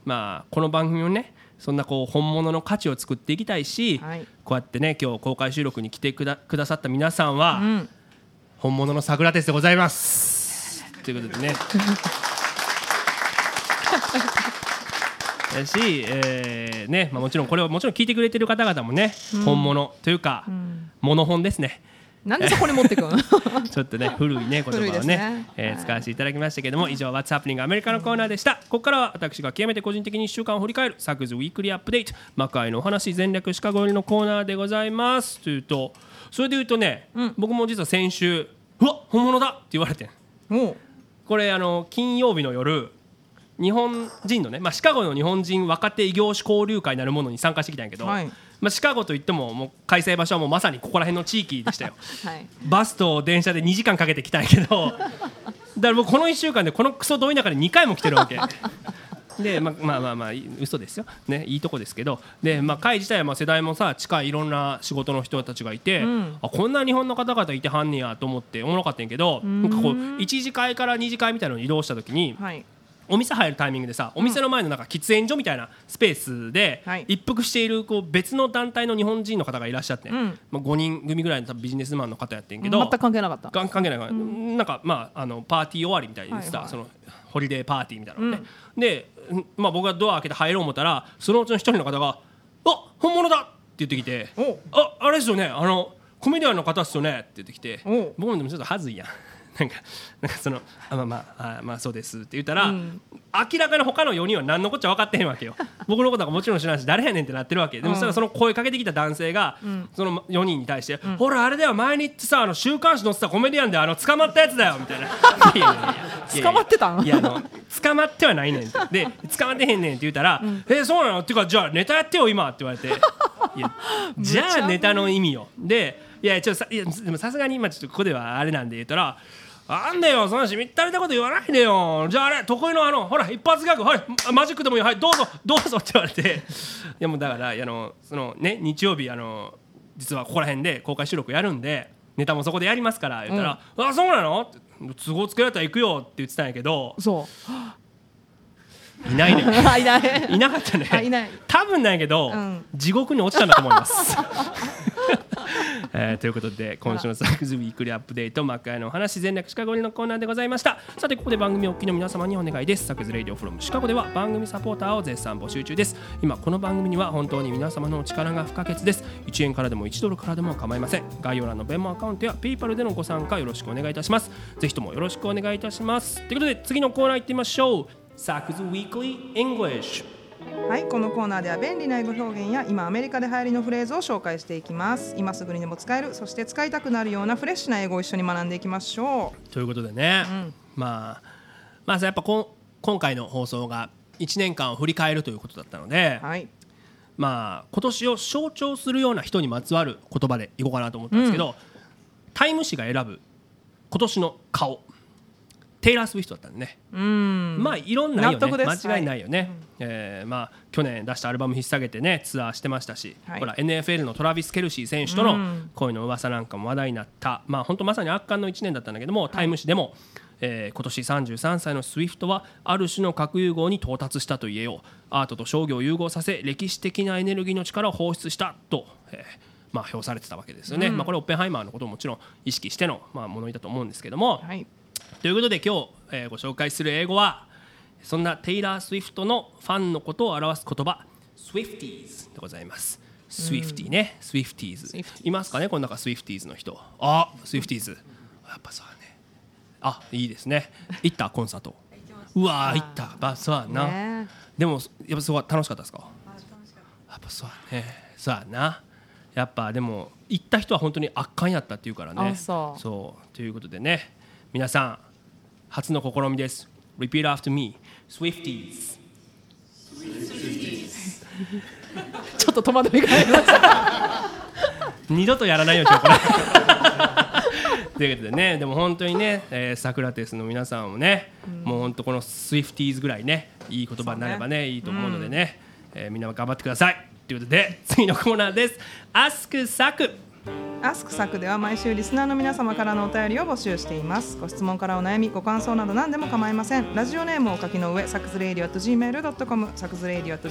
まあこの番組をねそんなこう本物の価値を作っていきたいし、 はい、 こうやってね今日公開収録に来てくださった皆さんは、 うん、 本物のサクラテスでございますということでねだし、ねまあ、もちろんこれをもちろん聞いてくれてる方々もね、本物というか、モノ本ですね。 なんでそこに持ってくんちょっとね古いね言葉をね使わせていただきましたけども、以上 What's Happening アメリカのコーナーでした。ここからは私が極めて個人的に1週間を振り返るサクズウィークリーアップデート魔界のお話全略シカゴ寄りのコーナーでございますというと、それでいうとね、僕も実は先週うわ本物だって言われてん。これ金曜日の夜日本人のね、まあ、シカゴの日本人若手異業種交流会なるものに参加してきたんやけど、 はい、 まあ、シカゴといっても、もう開催場所はもうまさにここら辺の地域でしたよ、 はい、 バスと電車で2時間かけて来たんやけどだから僕この1週間でこのクソど田舎で2回も来てるわけで、まあ嘘ですよ、ね、いいとこですけどで、まあ、会自体はまあ世代もさ近いいろんな仕事の人たちがいて、あこんな日本の方々いてはんねやと思っておもろかったんやけど、なんかこう1次会から2次会みたいなのに移動した時に、はい、お店入るタイミングでさ、お店の前のなんか喫煙所みたいなスペースで一服しているこう別の団体の日本人の方がいらっしゃって、まあ、5人組ぐらいの多分ビジネスマンの方やってんけど、 全く関係なかった。 関係ない、なんかまあパーティー終わりみたいにさ、そのホリデーパーティーみたいなのね、で、まあ、僕がドア開けて入ろう思ったらそのうちの一人の方が「あ本物だ!」って言ってきて「あれですよねコメディアンの方っすよね」って言ってきて、僕もでもちょっと恥ずいやんなんかそのまあそうですって言ったら、明らかに他の4人は何のこっちゃ分かってへんわけよ僕のことはもちろん知らんし誰やねんってなってるわけでも、その声かけてきた男性が、その4人に対して、ほらあれだよ前にってさ週刊誌載ってたコメディアンで捕まったやつだよみたいな捕まってたん？ いや捕まってはないねんってで捕まってへんねんって言ったら、そうなのっていうかじゃあネタやってよ今って言われていやじゃあネタの意味よでいやでもさすがに今ちょっとここではあれなんで言ったらあんだよそんなしみったれたこと言わないでよじゃああれ得意のほら一発ギャグはいマジックでもいいはいどうぞって言われていやもうだからそのね日曜日実はここら辺で公開収録やるんでネタもそこでやりますから言ったら、あそうなのって都合つけられたら行くよって言ってたんやけどいないねいなかったねいない多分なんやけど、地獄に落ちたんだと思いますということで今週のサクズウィークリーアップデート魔界のお話全略シカゴリのコーナーでございました。さてここで番組お聞きの皆様にお願いです。サクズレイディオフロムシカゴでは番組サポーターを絶賛募集中です。今この番組には本当に皆様のお力が不可欠です。1円からでも1ドルからでも構いません。概要欄のベンモアカウントやペイパルでのご参加よろしくお願いいたします。ぜひともよろしくお願いいたします。ということで次のコーナー行ってみましょう。サクズウィークリーイングリッシュ。 はい、このコーナーでは便利な英語表現や今アメリカで流行りのフレーズを紹介していきます。今すぐにでも使える、そして使いたくなるようなフレッシュな英語を一緒に学んでいきましょうということでね、まあやっぱ今回の放送が1年間を振り返るということだったので、まあ今年を象徴するような人にまつわる言葉でいこうかなと思ったんですけど、タイム誌が選ぶ今年の顔テイラー・スウィフトだったんでね、まあいろんなよね間違いないよね、まあ去年出したアルバム引っ提げてねツアーしてましたし、ほら NFL のトラビス・ケルシー選手との恋の噂なんかも話題になった、まあ本当まさに圧巻の1年だったんだけども、タイム誌でも、今年33歳のスウィフトはある種の核融合に到達したと言えよう、アートと商業を融合させ歴史的なエネルギーの力を放出したと、まあ評されてたわけですよね、まあこれオッペンハイマーのことももちろん意識しての、まあ、ものだと思うんですけども、ということで今日、ご紹介する英語はそんなテイラー・スウィフトのファンのことを表す言葉 Swifties でございます。Swiftie ね、Swifties いますかねこの中 Swifties の人。Swifties やっぱそうだね。いいですね。行ったコンサート。うわ行ったそうやな、でもやっぱすごい楽しかったですか？やっぱそうやね。そうやな。やっぱでも行った人は本当に圧巻やったっていうからね。そうということでね、皆さん初の試みです。 Repeat after me Swifties ちょっと戸惑いがありました二度とやらないようにしようこれということでね、でも本当にね、サクラテスの皆さんもね、もう本当この Swifties ぐらいねいい言葉になればねいいと思うのでね、みんな頑張ってくださいということで次のコーナーです。 Ask サク。 アスクサクでは毎週リスナーの皆様からのお便りを募集しています。ご質問からお悩み、ご感想など何でも構いません。ラジオネームをお書きの上、サクズレイディオ @gmail.com、サクズレイディオ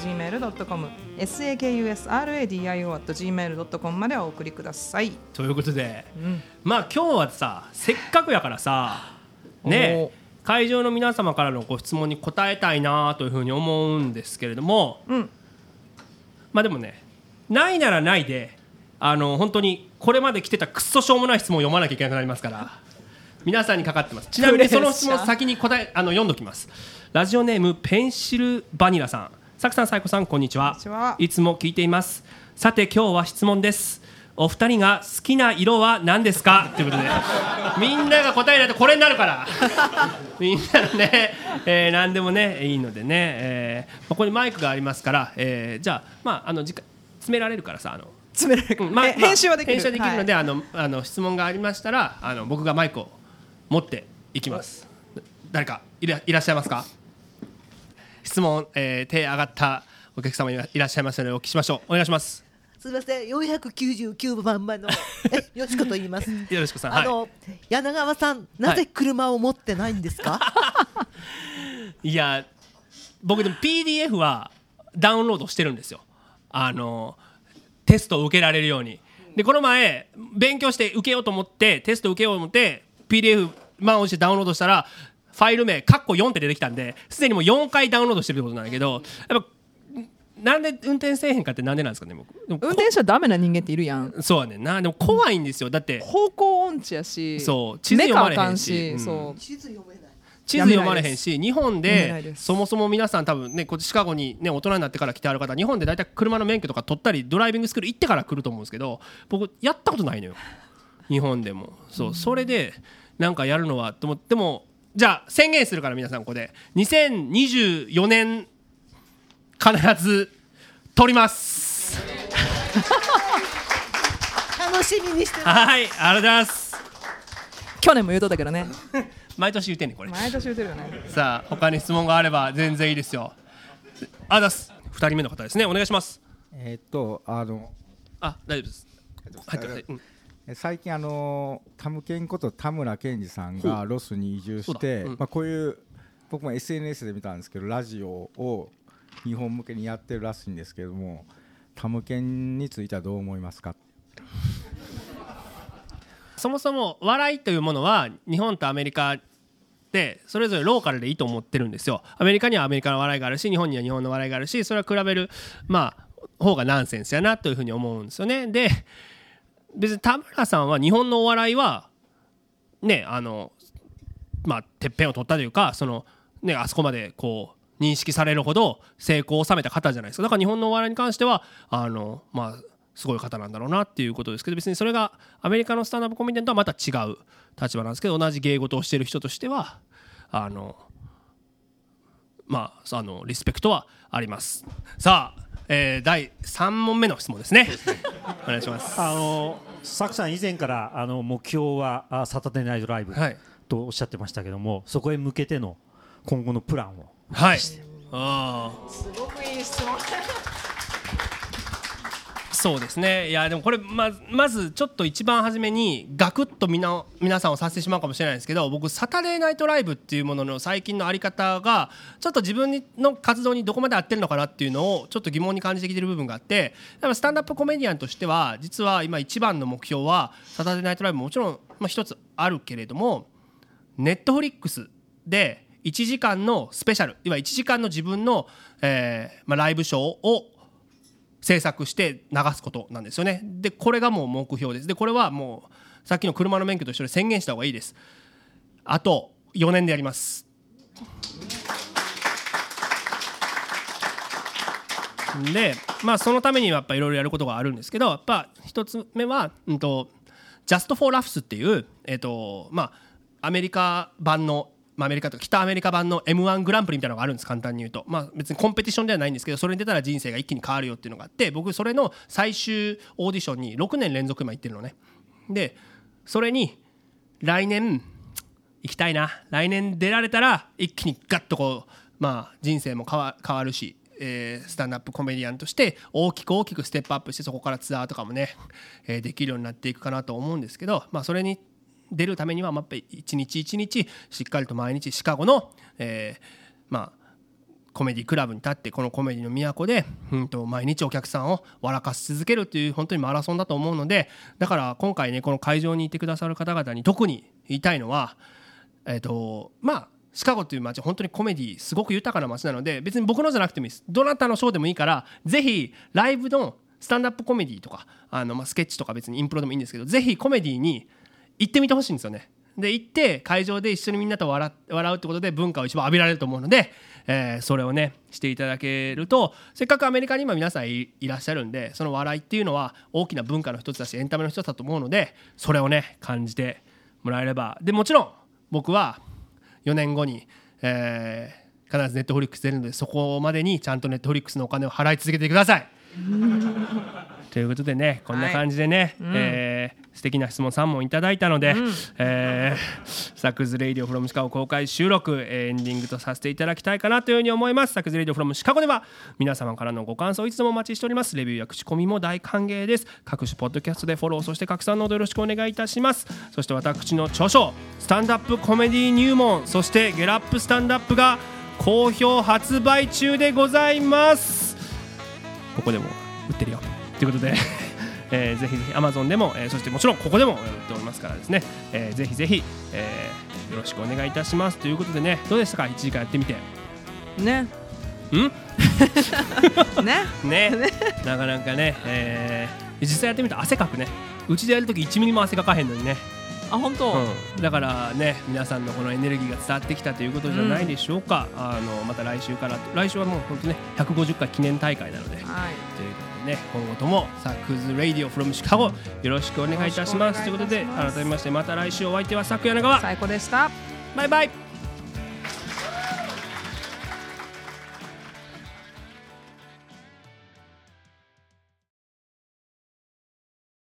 @gmail.com、sakusradio@gmail.com までお送りください。 ということで、まあ今日はさ、せっかくやからさね、会場の皆様からのご質問に答えたいなというふうに思うんですけれども、まあでもね、ないならないで本当にこれまで来てたくっそしょうもない質問を読まなきゃいけなくなりますから皆さんにかかってます。ちなみにその質問先に読んどきます。ラジオネームペンシルバニラさん、サクさん、サイコさん、こんにちは。いつも聞いています。さて今日は質問です。お二人が好きな色は何ですかということでみんなが答えないとこれになるからみんなのね、何でもねいいのでね、ここにマイクがありますから、じゃあ時間詰められるからさ詰められる、編集はできるので、質問がありましたら僕がマイクを持っていきます。誰かいらっしゃいますか？質問、手上がったお客様いらっしゃいますのでお聞きしましょう。お願いします。 すみません、499番目のよしこと言います。 よろしくさん、 柳川さん、なぜ車を持ってないんですか？ いや、僕でも PDF はダウンロードしてるんですよ。テストを受けられるように。でこの前勉強して受けようと思ってテスト受けようと思って PDF 満をしてダウンロードしたらファイル名4って出てきたんで、すでにもう4回ダウンロードしてるってことなんだけど、やっぱなんで運転せえへんかってなんでなんですかね。僕運転手はダメな人間っているやん。 そうやねんな。でも怖いんですよ。だって方向音痴やし、 そう地図読まれへんし、 地図読めない、 地図読まれへんし、日本でそもそも皆さん多分ね、こっちシカゴにね大人になってから来てある方、日本で大体車の免許とか取ったりドライビングスクール行ってから来ると思うんですけど、僕やったことないのよ、日本でも。それでなんかやるのはと思って、もじゃあ宣言するから皆さん、ここで2024年必ず取ります楽しみにしてます。 はい、ありがとうございます。 去年も言うとったけどね毎年言うてんねんこれ。 毎年言うてるよね。 さあ他に質問があれば全然いいですよ。あざす。2人目の方ですね、お願いします。 大丈夫です。入ってください。 最近タムケンこと田村健二さんがロスに移住して、こういう僕も SNS で見たんですけどラジオを日本向けにやってるらしいんですけども、タムケンについてはどう思いますか？ そもそも笑いというものは日本とアメリカでそれぞれローカルでいいと思ってるんですよ。アメリカにはアメリカの笑いがあるし、日本には日本の笑いがあるし、それは比べる方がナンセンスやなというふうに思うんですよね。で別に田村さんは日本のお笑いはねてっぺんを取ったというか、あそこまでこう認識されるほど成功を収めた方じゃないですか。だから日本のお笑いに関してはすごい方なんだろうなっていうことですけど、別にそれがアメリカのスタンダップコメディアンとはまた違う立場なんですけど、同じ芸事をしている人としてはリスペクトはあります。さあ、第3問目の質問ですねお願いします。 サクさん以前から目標はサタデーナイトライブとおっしゃってましたけども、そこへ向けての今後のプランを。 はい、 すごくいい質問そうですね。いやでもこれまずちょっと一番初めにガクッと皆さんをさせてしまうかもしれないですけど、僕サタデーナイトライブっていうものの最近のあり方がちょっと自分の活動にどこまで合ってるのかなっていうのをちょっと疑問に感じてきてる部分があって、スタンダップコメディアンとしては実は今一番の目標はサタデーナイトライブもちろん一つあるけれども、ネットフリックスで1時間のスペシャル、いわゆる1時間の自分の、ライブショーを制作して流すことなんですよね。でこれがもう目標です。でこれはもうさっきの車の免許と一緒で宣言した方がいいです。あと4年でやります。でそのためにはやっぱいろいろやることがあるんですけど、やっぱ一つ目はJust for Laughs っていうアメリカ版のアメリカとか北アメリカ版の M1 グランプリみたいなのがあるんです。簡単に言うと、別にコンペティションではないんですけど、それに出たら人生が一気に変わるよっていうのがあって、僕それの最終オーディションに6年連続今行ってるのね。でそれに来年行きたいな。来年出られたら一気にガッとこう人生も変わるし、 スタンダップコメディアンとして大きくステップアップして、そこからツアーとかもね、できるようになっていくかなと思うんですけど、それに出るためにはやっぱり一日一日しっかりと毎日シカゴの、コメディクラブに立って、このコメディの都で、毎日お客さんを笑かし続けるという本当にマラソンだと思うので、だから今回ねこの会場にいてくださる方々に特に言いたいのは、シカゴという街本当にコメディすごく豊かな街なので、別に僕のじゃなくてもいいです。どなたのショーでもいいから、ぜひライブのスタンダップコメディとかスケッチとか別にインプロでもいいんですけど、ぜひコメディに行ってみてほしいんですよね。で行って会場で一緒にみんなと笑うってことで文化を一番浴びられると思うので、それをねしていただけると、せっかくアメリカに今皆さん いらっしゃるんで、その笑いっていうのは大きな文化の一つだしエンタメの一つだと思うので、それをね感じてもらえれば。でもちろん僕は4年後に、必ずネットフリックス出るので、そこまでにちゃんとネットフリックスのお金を払い続けてくださいということでね、こんな感じでね、素敵な質問3問いただいたので、サクズレイディオフロムシカゴ公開収録、エンディングとさせていただきたいかなというふうに思います。サクズレイディオフロムシカゴでは皆様からのご感想をいつでもお待ちしております。レビューや口コミも大歓迎です。各種ポッドキャストでフォロー、そして拡散のほどよろしくお願いいたします。そして私の著書スタンダップコメディ入門、そしてゲラップスタンダップが好評発売中でございます。ここでも売ってるよということでぜひぜひ Amazon でも、そしてもちろんここでも売っておりますからですね、ぜひぜひ、よろしくお願いいたしますということでね、どうでしたか1時間やってみて。 ねねなかなかね、実際やってみたら汗かくね。うちでやるとき1ミリも汗かかへんのにね。 本当、 だからね皆さんのこのエネルギーが伝わってきたということじゃないでしょうか。また来週はもう本当ね150回記念大会なので、ということでね、今後ともサクズレイディオフロムシカゴよろしくお願いいたしますということで、改めましてまた来週お相手はサク柳川最高でした。 バイバイ。